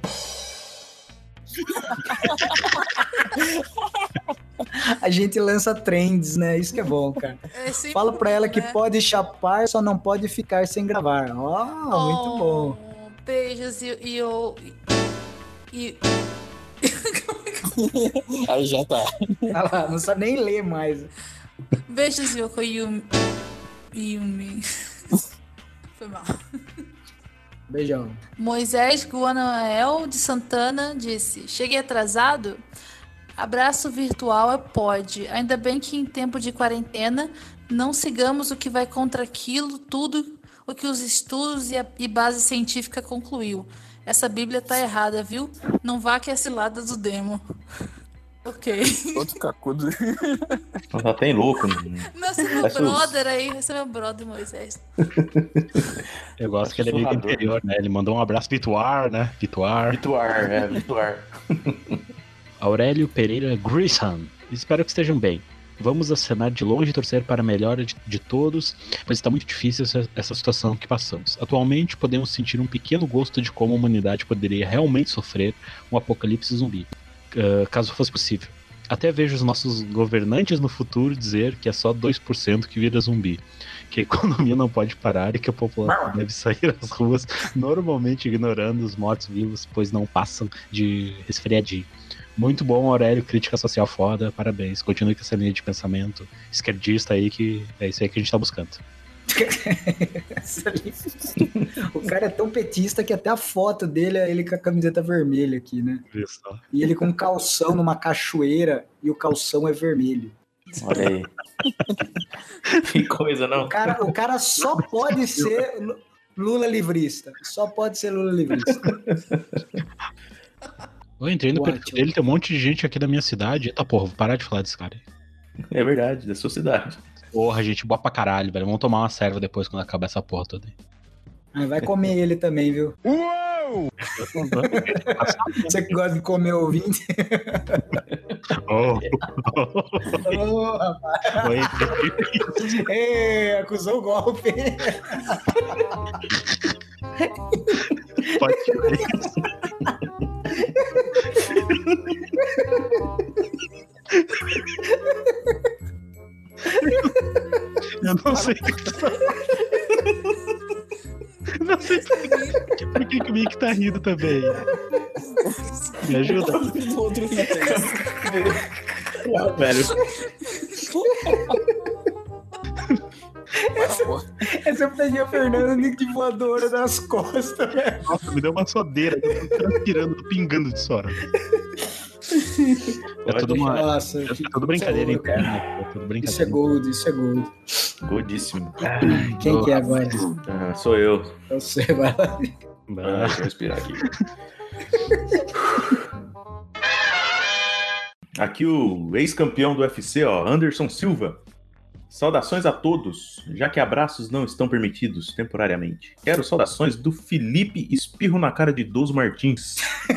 A gente lança trends, né? Isso que é bom, cara. Fala pra ela que pode chapar, só não pode ficar sem gravar. Muito bom. Beijos e Aí já tá. Olha lá, não sabe nem ler mais. Beijos, Yoko Yumi. Foi mal. Beijão. Moisés Guanael de Santana disse: cheguei atrasado? Abraço virtual é pode. Ainda bem que em tempo de quarentena não sigamos o que vai contra aquilo, tudo o que os estudos e base científica concluiu. Essa Bíblia tá errada, viu? Não vá que é cilada do demo. Ok. Outro cacudo. Só tem louco. Nossa, meu Parece brother aí. Esse é meu brother, Moisés. Eu gosto que ele é meio do Sussurrador. interior, né? Ele mandou um abraço Vituar, né? Vituar. Vituar. Aurélio Pereira Grissom. Espero que estejam bem. Vamos acenar de longe e torcer para a melhora de todos, pois está muito difícil essa situação que passamos. Atualmente, podemos sentir um pequeno gosto de como a humanidade poderia realmente sofrer um apocalipse zumbi, caso fosse possível. Até vejo os nossos governantes no futuro dizer que é só 2% que vira zumbi, que a economia não pode parar e que a população deve sair às ruas, normalmente ignorando os mortos-vivos, pois não passam de resfriadinho. Muito bom, Aurélio, crítica social foda, parabéns. Continue com essa linha de pensamento esquerdista aí, que é isso aí que a gente tá buscando. O cara é tão petista que até a foto dele é ele com a camiseta vermelha aqui, né? Isso. E ele com um calção numa cachoeira e o calção é vermelho. Olha aí. Que coisa, não? O cara só pode ser Lula livrista. Só pode ser Lula livrista. Eu entrei no Ótimo. perfil dele, tem um monte de gente aqui da minha cidade. Eita porra, vou parar de falar desse cara aí. É verdade, da sua cidade. Porra, gente boa pra caralho, velho. Vamos tomar uma serva depois quando acabar essa porra toda aí. Aí vai comer ele também, viu? Você que gosta de comer ouvinte. Oh. Ô, rapaz. Oi. Ei, acusou o golpe. Pode tirar isso. Eu não sei. Não sei por que o Mick tá rindo também. Me ajuda? Do outro Velho. Essa eu peguei a Fernanda de voadora nas costas, velho. Nossa, me deu uma sodeira. Eu tô transpirando, tô pingando de suor. É tudo uma. Nossa, É tudo brincadeira, isso é interna. É tudo brincadeira. Isso é gold, isso é gold. Godíssimo. Quem que é agora? Ah, sou eu. Eu sei, vai lá. Deixa eu respirar aqui. Aqui o ex-campeão do UFC, ó, Anderson Silva. Saudações a todos, já que abraços não estão permitidos temporariamente. Quero saudações do Felipe Espirro na cara de Doso Martins.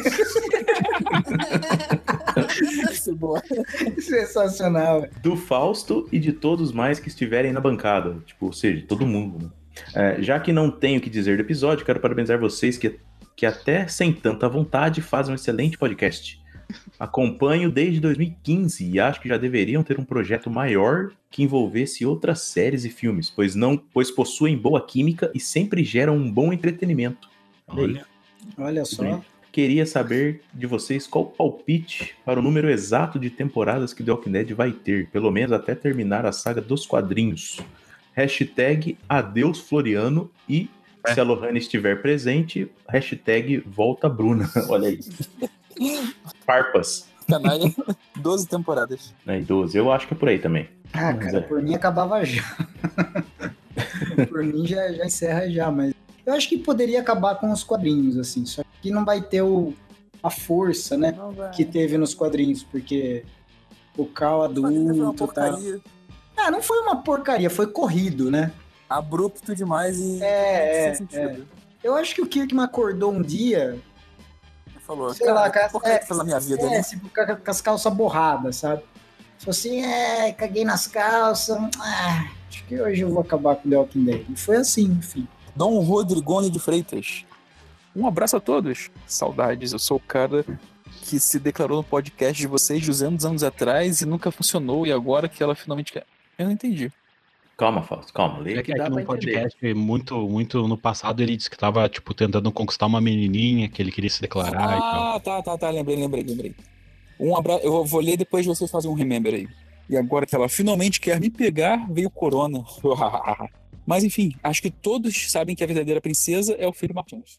Sensacional, velho. Do Fausto e de todos mais que estiverem na bancada. Tipo, ou seja, todo mundo, né? Já que não tenho o que dizer do episódio, quero parabenizar vocês que até sem tanta vontade fazem um excelente podcast. Acompanho desde 2015 e acho que já deveriam ter um projeto maior que envolvesse outras séries e filmes, pois possuem boa química e sempre geram um bom entretenimento. Olha. Olha só. Queria saber de vocês qual o palpite para o número exato de temporadas que The Walking Dead vai ter, pelo menos até terminar a saga dos quadrinhos. Hashtag adeus Floriano e, se a Lohane estiver presente, hashtag volta Bruna. Olha aí. Farpas. Canalha, 12 temporadas. Né, 12. Eu acho que é por aí também. Ah, Mas cara, por mim acabava já. Por mim já encerra já, mas eu acho que poderia acabar com os quadrinhos, assim, só que não vai ter a força, né, que teve nos quadrinhos, porque o Cal Foi uma adulto, tá... porcaria. Ah, não foi uma porcaria, foi corrido, né? Abrupto demais e É, sem sentido. Eu acho que o Kirkman acordou um dia, Falou, sei lá, cara, por que fez na minha vida, né? tipo, com as calças borradas, sabe? Falou assim, caguei nas calças, acho que hoje eu vou acabar com The Walking Dead. E foi assim, enfim. Dom Rodrigone de Freitas. Um abraço a todos. Saudades, eu sou o cara que se declarou no podcast de vocês 200 anos atrás e nunca funcionou, e agora que ela finalmente quer. Eu não entendi. Calma, Fausto, calma. Lê É que que dá aqui pra num entender. podcast muito no passado ele disse que tava, tipo, tentando conquistar uma menininha que ele queria se declarar e tal. Tá. Lembrei. Eu vou ler depois vocês fazem um remember aí. E agora que ela finalmente quer me pegar, veio Corona. Mas enfim, acho que todos sabem que a verdadeira princesa é o filho Martins.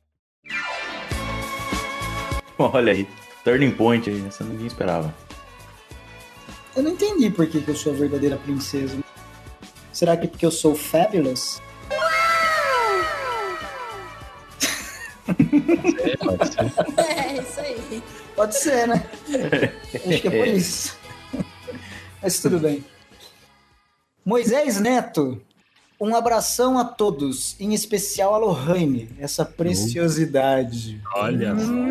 Olha aí, turning point aí, essa ninguém esperava. Eu não entendi por que eu sou a verdadeira princesa. Será que porque eu sou fabulous? Pode ser. É, isso aí. Pode ser, né? Acho que é por isso. Mas tudo bem. Moisés Neto, um abração a todos, em especial a Lohane, essa preciosidade. Olha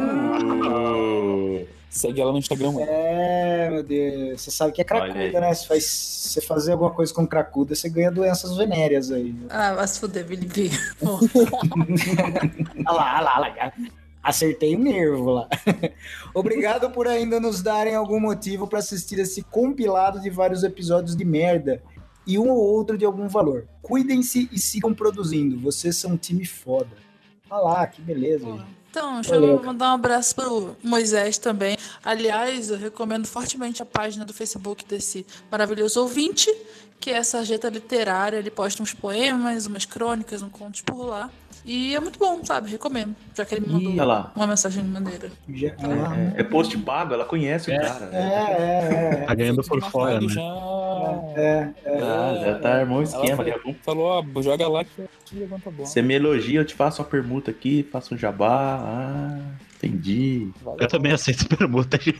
Segue ela no Instagram, mano. É, meu Deus. Você sabe que é Olha cracuda, aí. né? Se você fazer alguma coisa com cracuda, você ganha doenças venéreas aí. Ah, vai se fuder, Felipe. Olha lá. Acertei o nervo lá. Obrigado por ainda nos darem algum motivo para assistir esse compilado de vários episódios de merda e um ou outro de algum valor. Cuidem-se e sigam produzindo. Vocês são um time foda. Olha lá, que beleza. Gente. Então, deixa Valeu. eu mandar um abraço pro Moisés também. Aliás, eu recomendo fortemente a página do Facebook desse maravilhoso ouvinte, que é a Sarjeta Literária. Ele posta uns poemas, umas crônicas, um contos por lá. E é muito bom, sabe? Recomendo. Já que ele me mandou Olha lá. uma mensagem maneira. Já, olha lá. É post pago, ela conhece o cara. É. Tá ganhando por fora, né? Já tá armou um esquema. Ela falou, ó, joga lá que levanta a bola. Você me elogia, eu te faço uma permuta aqui, faço um jabá. Ah, entendi. Eu também aceito permuta, gente.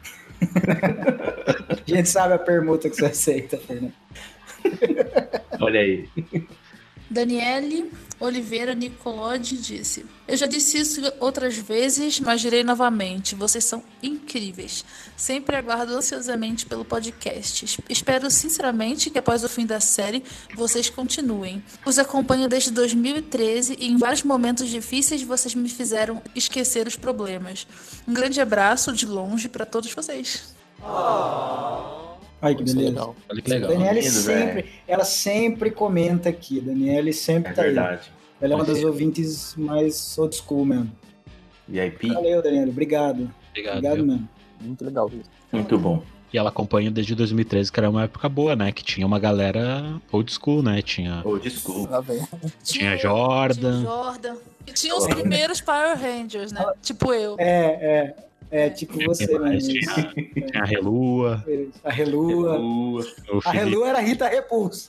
A gente sabe a permuta que você aceita, Fernando. Olha aí. Daniele Oliveira Nicolodi disse: Eu já disse isso outras vezes, mas direi novamente. Vocês são incríveis. Sempre aguardo ansiosamente pelo podcast. Espero sinceramente que após o fim da série vocês continuem. Os acompanho desde 2013 e em vários momentos difíceis vocês me fizeram esquecer os problemas. Um grande abraço de longe para todos vocês. Ai, que Isso é beleza. legal. Olha que legal. Daniele Lindo, sempre, ela sempre comenta aqui. Daniele sempre É tá aí. verdade. Ela é uma das ouvintes mais old school mesmo. VIP, Valeu, Daniele. Obrigado. Obrigado. Obrigado viu? mesmo. Muito legal isso. muito bom. E ela acompanha desde 2013, que era uma época boa, né? Que tinha uma galera old school, né? Tinha Oh, desculpa. Lá vem. Jordan. Jordan. E tinha os primeiros Power Rangers, né? Tipo eu. É tipo você, Quem né? mais? Tinha a Relua. A Relua. O A Felipe. Relua era a Rita Repulsa.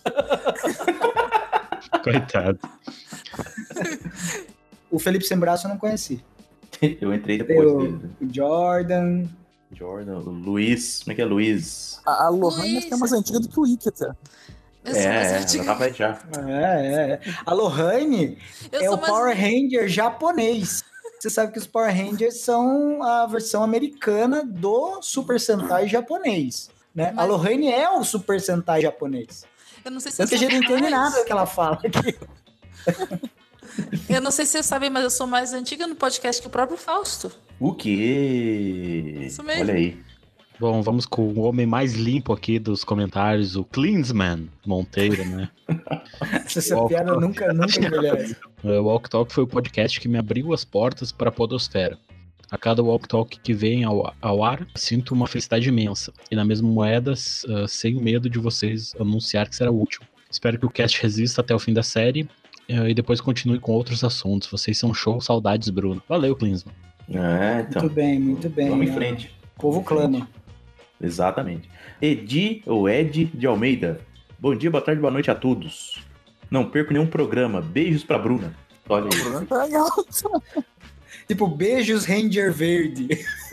Coitado. O Felipe Sem Braço eu não conheci. Eu entrei Tem depois o dele. Jordan. Jordan, o Luiz. Como é que é Luiz? A Lohane Luiz. é mais antiga do que o Ike até. Eu sou mais ela antiga. tava aí já. A Lohane Eu é sou o mais- Power Ranger japonês. Você sabe que os Power Rangers são a versão americana do Super Sentai japonês. Né? A Mas- Lohane é o Super Sentai japonês. Eu não sei se Tanto que a você gente não entende sabe mais. nada do que ela fala aqui. Eu não sei se vocês sabem, mas eu sou mais antiga no podcast que o próprio Fausto. O quê? Isso mesmo. Olha aí. Bom, vamos com o homem mais limpo aqui dos comentários, o Cleansman Monteiro, né? Essa piada nunca envelhece. O Walk Talk foi o podcast que me abriu as portas para a podosfera. A cada Walk Talk que vem ao ar, sinto uma felicidade imensa. E na mesma moeda, sem medo de vocês anunciar que será útil. Espero que o cast resista até o fim da série e depois continue com outros assuntos. Vocês são show, saudades, Bruno. Valeu, Cleansman. Então. Muito bem. Vamos em né? frente. O povo clama. Exatamente. Ed de Almeida. Bom dia, boa tarde, boa noite a todos. Não perco nenhum programa. Beijos pra Bruna. Olha aí. Tipo, beijos Ranger Verde.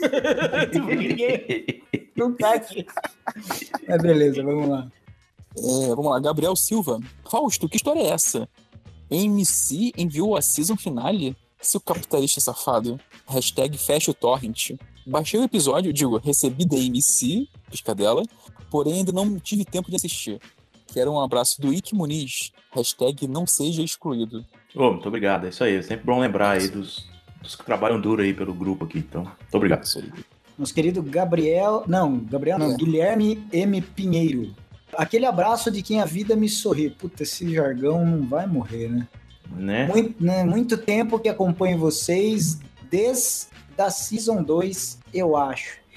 Não tá aqui. Mas beleza, vamos lá. Vamos lá, Gabriel Silva. Fausto, que história é essa? MC enviou a season finale? Seu capitalista safado. Hashtag fecha o torrent. Baixei o episódio, recebi da MC, piscadela, porém ainda não tive tempo de assistir. Quero um abraço do Ike Muniz. Hashtag não seja excluído. Ô, muito obrigado. É isso aí. É sempre bom lembrar aí dos que trabalham duro aí pelo grupo aqui. Então, muito obrigado. Isso aí. Nosso querido Guilherme M. Pinheiro. Aquele abraço de quem a vida me sorri. Puta, esse jargão não vai morrer, né? Muito tempo que acompanho vocês, desde a Season 2, eu acho.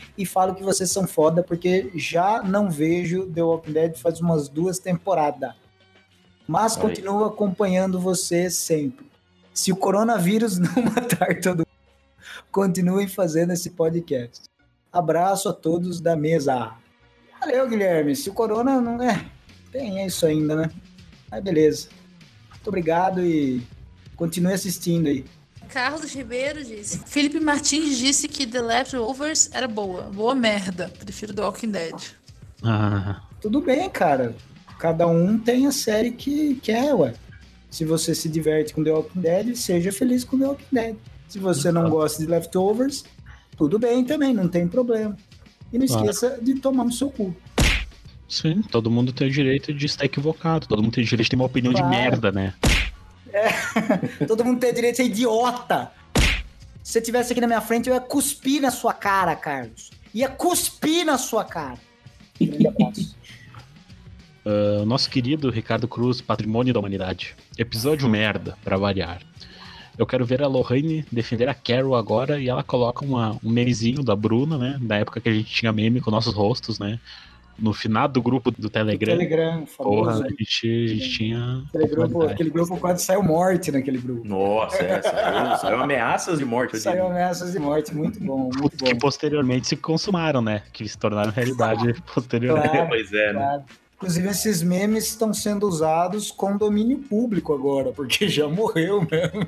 e falo que vocês são foda, porque já não vejo The Walking Dead faz umas 2 temporadas. Mas Olha aí. continuo acompanhando vocês sempre. Se o coronavírus não matar todo mundo, continuem fazendo esse podcast. Abraço a todos da mesa. Valeu, Guilherme. Se o corona não é... Tem isso ainda, né? Mas beleza. Muito obrigado e continue assistindo aí. Carlos Ribeiro disse. Felipe Martins disse que The Leftovers era boa. Boa merda. Prefiro The Walking Dead. Ah, Tudo bem, cara. Cada um tem a série que quer, ué. Se você se diverte com The Walking Dead, seja feliz com The Walking Dead. Se você não gosta de Leftovers, tudo bem também, não tem problema. E não esqueça de tomar no seu cu. sim, todo mundo tem o direito de estar equivocado. Todo mundo tem o direito de ter uma opinião Claro. de merda, né? Todo mundo tem o direito de ser idiota. Se você estivesse aqui na minha frente, eu ia cuspir na sua cara, Carlos. Ia cuspir na sua cara. Grande abraço. O nosso querido Ricardo Cruz, Patrimônio da Humanidade. Episódio merda, pra variar. Eu quero ver a Lorraine defender a Carol agora e ela coloca um memezinho da Bruna, né? Da época que a gente tinha meme com nossos rostos, né? No final do grupo do Telegram. Telegram, Porra, famoso. a gente tinha. Aquele grupo quase saiu morte naquele grupo. Nossa, saiu ameaças de morte. eu Saiu diria. ameaças de morte, muito bom, muito Que bom. posteriormente se consumaram, né? Que se tornaram realidade posteriormente. Claro. Pois é, né? Claro. Inclusive, esses memes estão sendo usados com domínio público agora, porque já morreu mesmo.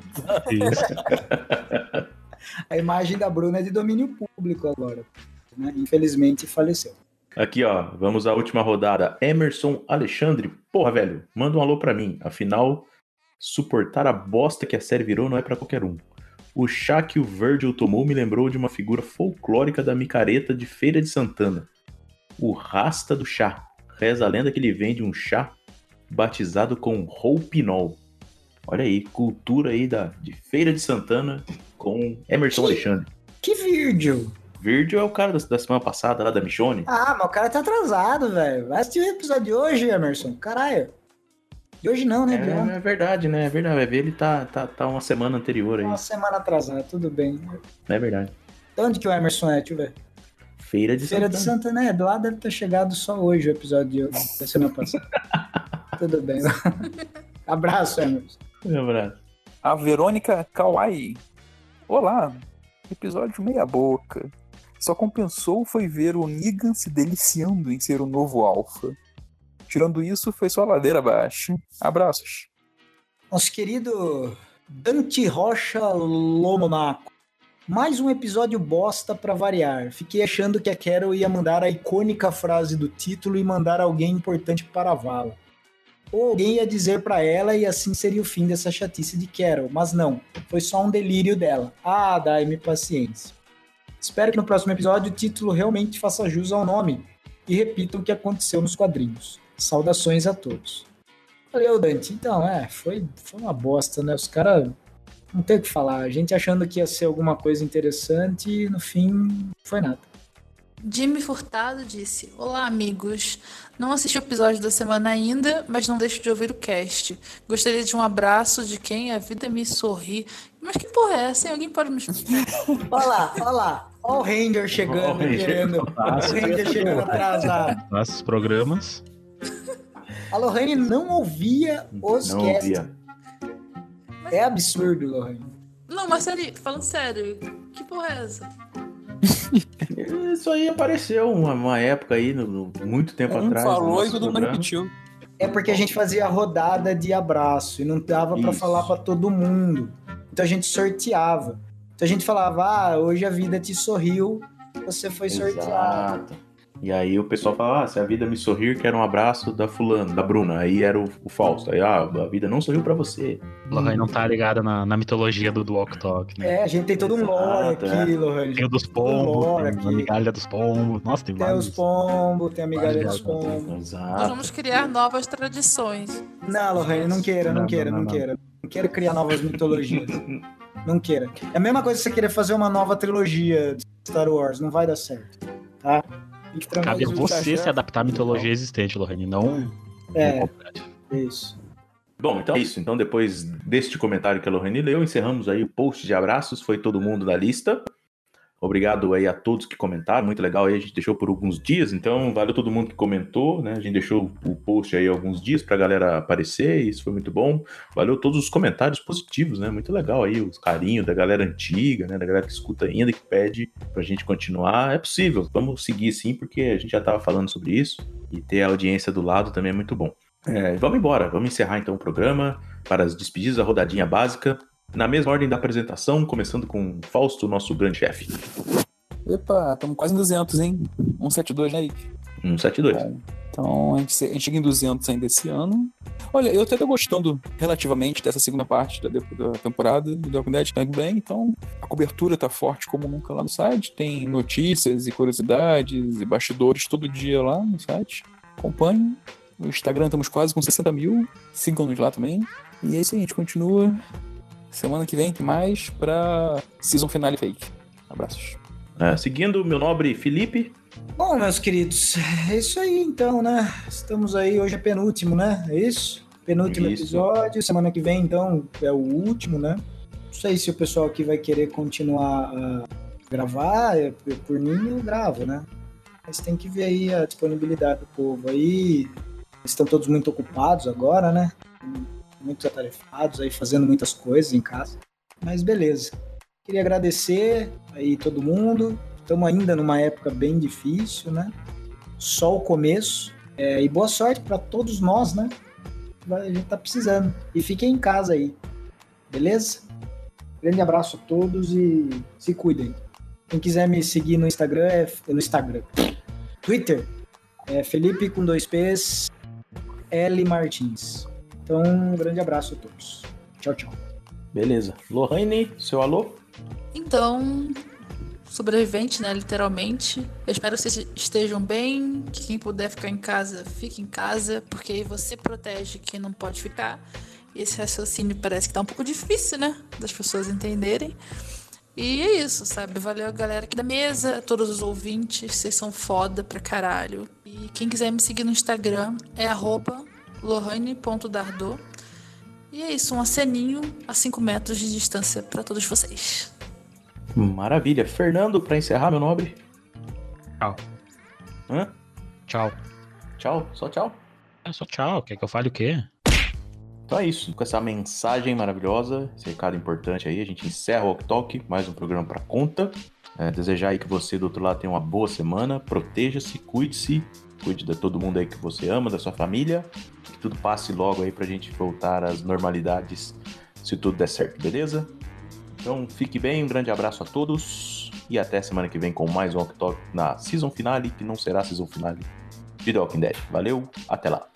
Isso. A imagem da Bruna é de domínio público agora, né? Infelizmente, faleceu. Aqui, ó, vamos à última rodada. Emerson Alexandre. Porra, velho, manda um alô pra mim. Afinal, suportar a bosta que a série virou não é pra qualquer um. O chá que o Virgil tomou me lembrou de uma figura folclórica da micareta de Feira de Santana. O Rasta do Chá. Reza a lenda que ele vende um chá batizado com roupinol. Olha aí, cultura aí de Feira de Santana com Emerson Alexandre. Que Virgil? Virgil é o cara da semana passada, lá da Michonne. Ah, mas o cara tá atrasado, velho. Vai assistir o episódio de hoje, Emerson. Caralho. De hoje não, né, Bruno? É verdade, né? É verdade. Vai ver, ele tá uma semana anterior aí. Uma semana atrasada, tudo bem. É verdade. De onde que o Emerson é, deixa eu ver. Feira de Feira de Santana. Santana, né? Do lado deve ter chegado só hoje o episódio da semana passada. Tudo bem. Abraço, Emerson. Um abraço. A Verônica Kawai. Olá, episódio meia boca. Só compensou foi ver o Negan se deliciando em ser o novo Alpha. Tirando isso, foi só ladeira abaixo. Abraços. Nosso querido Dante Rocha Lomonaco. Mais um episódio bosta pra variar. Fiquei achando que a Carol ia mandar a icônica frase do título e mandar alguém importante para a vala. Ou alguém ia dizer pra ela e assim seria o fim dessa chatice de Carol. Mas não, foi só um delírio dela. Ah, dai-me paciência. Espero que no próximo episódio o título realmente faça jus ao nome e repita o que aconteceu nos quadrinhos. Saudações a todos. Valeu, Dante. Então, foi uma bosta, né? Os caras não tem o que falar. A gente achando que ia ser alguma coisa interessante e no fim não foi nada. Jimmy Furtado disse: Olá, amigos. Não assisti o episódio da semana ainda, mas não deixo de ouvir o cast. Gostaria de um abraço de quem a vida me sorri. Mas que porra é essa, hein? Alguém pode me explicar? Olha lá. Olha o Ranger chegando, Ó o Ranger. querendo. O Ranger chegando atrasado. Nossos programas. A Lorraine não ouvia os Não casts. via. É absurdo, Lorraine. Não, Marcelo, falando sério, que porra é essa? Isso aí apareceu uma época aí, muito tempo Um atrás. no falou e nosso todo mundo programa. repetiu. É porque a gente fazia rodada de abraço e não dava pra Isso. falar pra todo mundo. Então a gente sorteava. Então a gente falava, hoje a vida te sorriu, você foi sorteado. Exato. E aí o pessoal fala, se a vida me sorrir, quero um abraço da fulana, da Bruna. Aí era o Fausto. Aí, a vida não sorriu pra você. Lohane não tá ligada na mitologia do Walk Talk, né? A gente tem todo um lore Exato, aqui, Lorraine. Tem o dos Todo um pombos, lore tem a aqui. migalha dos pombos. Nossa, tem Tem vários. os pombos, tem a migalha Vários dos pombos. Nós Exato. vamos criar novas tradições. Não, Lorraine, não queira. Não quero criar novas mitologias. Não queira. É a mesma coisa que você querer fazer uma nova trilogia de Star Wars. Não vai dar certo, tá? Fique Cabe a tranquilo. você se adaptar à mitologia existente, Lohane, não... É, isso. Bom, então é isso. Então, depois deste comentário que a Lorraine leu, encerramos aí o post de abraços. Foi todo mundo da lista. Obrigado aí a todos que comentaram, muito legal aí, a gente deixou por alguns dias, então valeu todo mundo que comentou, né? A gente deixou o post aí alguns dias pra galera aparecer, e isso foi muito bom. Valeu todos os comentários positivos, né? Muito legal aí, os carinhos da galera antiga, né? Da galera que escuta ainda, que pede pra gente continuar. É possível, vamos seguir sim, porque a gente já tava falando sobre isso, e ter a audiência do lado também é muito bom. Vamos embora, vamos encerrar então o programa para as despedidas, a rodadinha básica. Na mesma ordem da apresentação, começando com Fausto, nosso grande chefe. Epa, estamos quase em 200, hein? 172, né, Ike? 172. Bom, então a gente chega em 200 ainda esse ano. Olha, eu até tô gostando relativamente dessa segunda parte da temporada do The Walking Dead, tá indo bem, então a cobertura tá forte como nunca lá no site. Tem notícias e curiosidades e bastidores todo dia lá no site. Acompanhe. No Instagram estamos quase com 60 mil. Sigam-nos lá também. E é isso aí, a gente continua. Semana que vem tem mais pra Season Finale Fake. Abraços. Seguindo, meu nobre Felipe. Bom, meus queridos, é isso aí então, né? Estamos aí, hoje é penúltimo, né? É isso? Penúltimo Isso. episódio. Semana que vem, então, é o último, né? Não sei se o pessoal aqui vai querer continuar a gravar. Por mim, eu gravo, né? Mas tem que ver aí a disponibilidade do povo aí. Eles estão todos muito ocupados agora, né? Muito atarefados aí, fazendo muitas coisas em casa. Mas beleza. Queria agradecer aí todo mundo. Estamos ainda numa época bem difícil, né? Só o começo. E boa sorte para todos nós, né? A gente tá precisando. E fiquem em casa aí. Beleza? Grande abraço a todos e se cuidem. Quem quiser me seguir no Instagram Twitter. Felipe com 2 P's, L Martins. Então, um grande abraço a todos. Tchau, tchau. Beleza. Lohane, seu alô? Então, sobrevivente, né, literalmente. Eu espero que vocês estejam bem, que quem puder ficar em casa, fique em casa, porque aí você protege quem não pode ficar. E esse raciocínio parece que tá um pouco difícil, né, das pessoas entenderem. E é isso, sabe? Valeu a galera aqui da mesa, todos os ouvintes, vocês são foda pra caralho. E quem quiser me seguir no Instagram é @lohane.dardot. E é isso, um aceninho a 5 metros de distância pra todos vocês. Maravilha. Fernando, pra encerrar, meu nobre. Tchau. Hã? Tchau. Tchau? Só tchau? É só tchau. Quer que eu fale o quê? Então é isso. Com essa mensagem maravilhosa, esse recado importante aí, a gente encerra o Walk Talk, mais um programa pra conta. Desejar aí que você do outro lado tenha uma boa semana. Proteja-se, cuide-se. Cuide de todo mundo aí que você ama, da sua família. Que tudo passe logo aí pra gente voltar às normalidades, se tudo der certo, beleza? Então fique bem, um grande abraço a todos. E até semana que vem com mais um Walk Talk na Season Finale, que não será Season Finale de The Walking Dead. Valeu, até lá.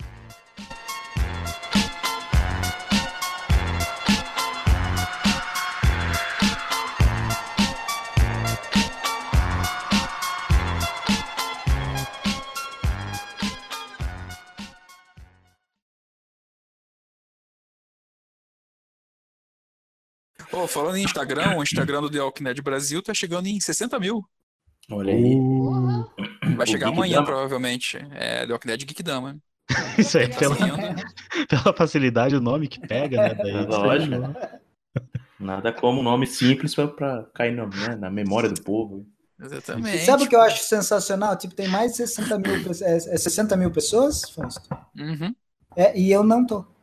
Pô, falando em Instagram, o Instagram do The Walking Dead Brasil tá chegando em 60 mil. Olha aí. Vai chegar Geek amanhã, Dama. provavelmente. É The Walking Dead Geek Dama. Isso aí, Tá pela, seguindo. pela facilidade, o nome que pega, né? Daí Lógico. seria bom. Nada como um nome simples pra cair na memória do povo. Exatamente. E sabe o que eu acho sensacional? Tipo, tem mais de 60 mil, 60 mil pessoas, Fausto? Uhum. E eu não tô.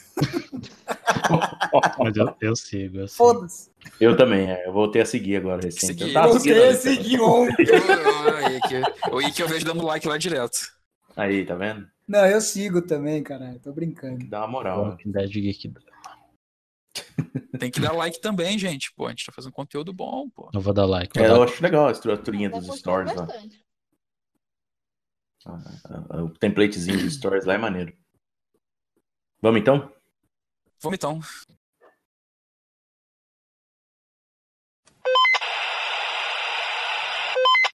Mas eu sigo. Foda-se. Eu também, eu voltei a seguir agora recente. Segui. Eu tava Voltei seguindo, a seguir ontem. O Ike eu vejo dando like lá direto. Aí, tá vendo? Não, eu sigo também, caralho. Tô brincando. Dá uma moral. Né? Walking Dead Geek. Tem que dar like também, gente. Pô, a gente tá fazendo conteúdo bom, pô. Eu vou dar like. Eu acho legal a estruturinha dos stories lá. O templatezinho dos stories lá é maneiro. Vamos então? Vamos então.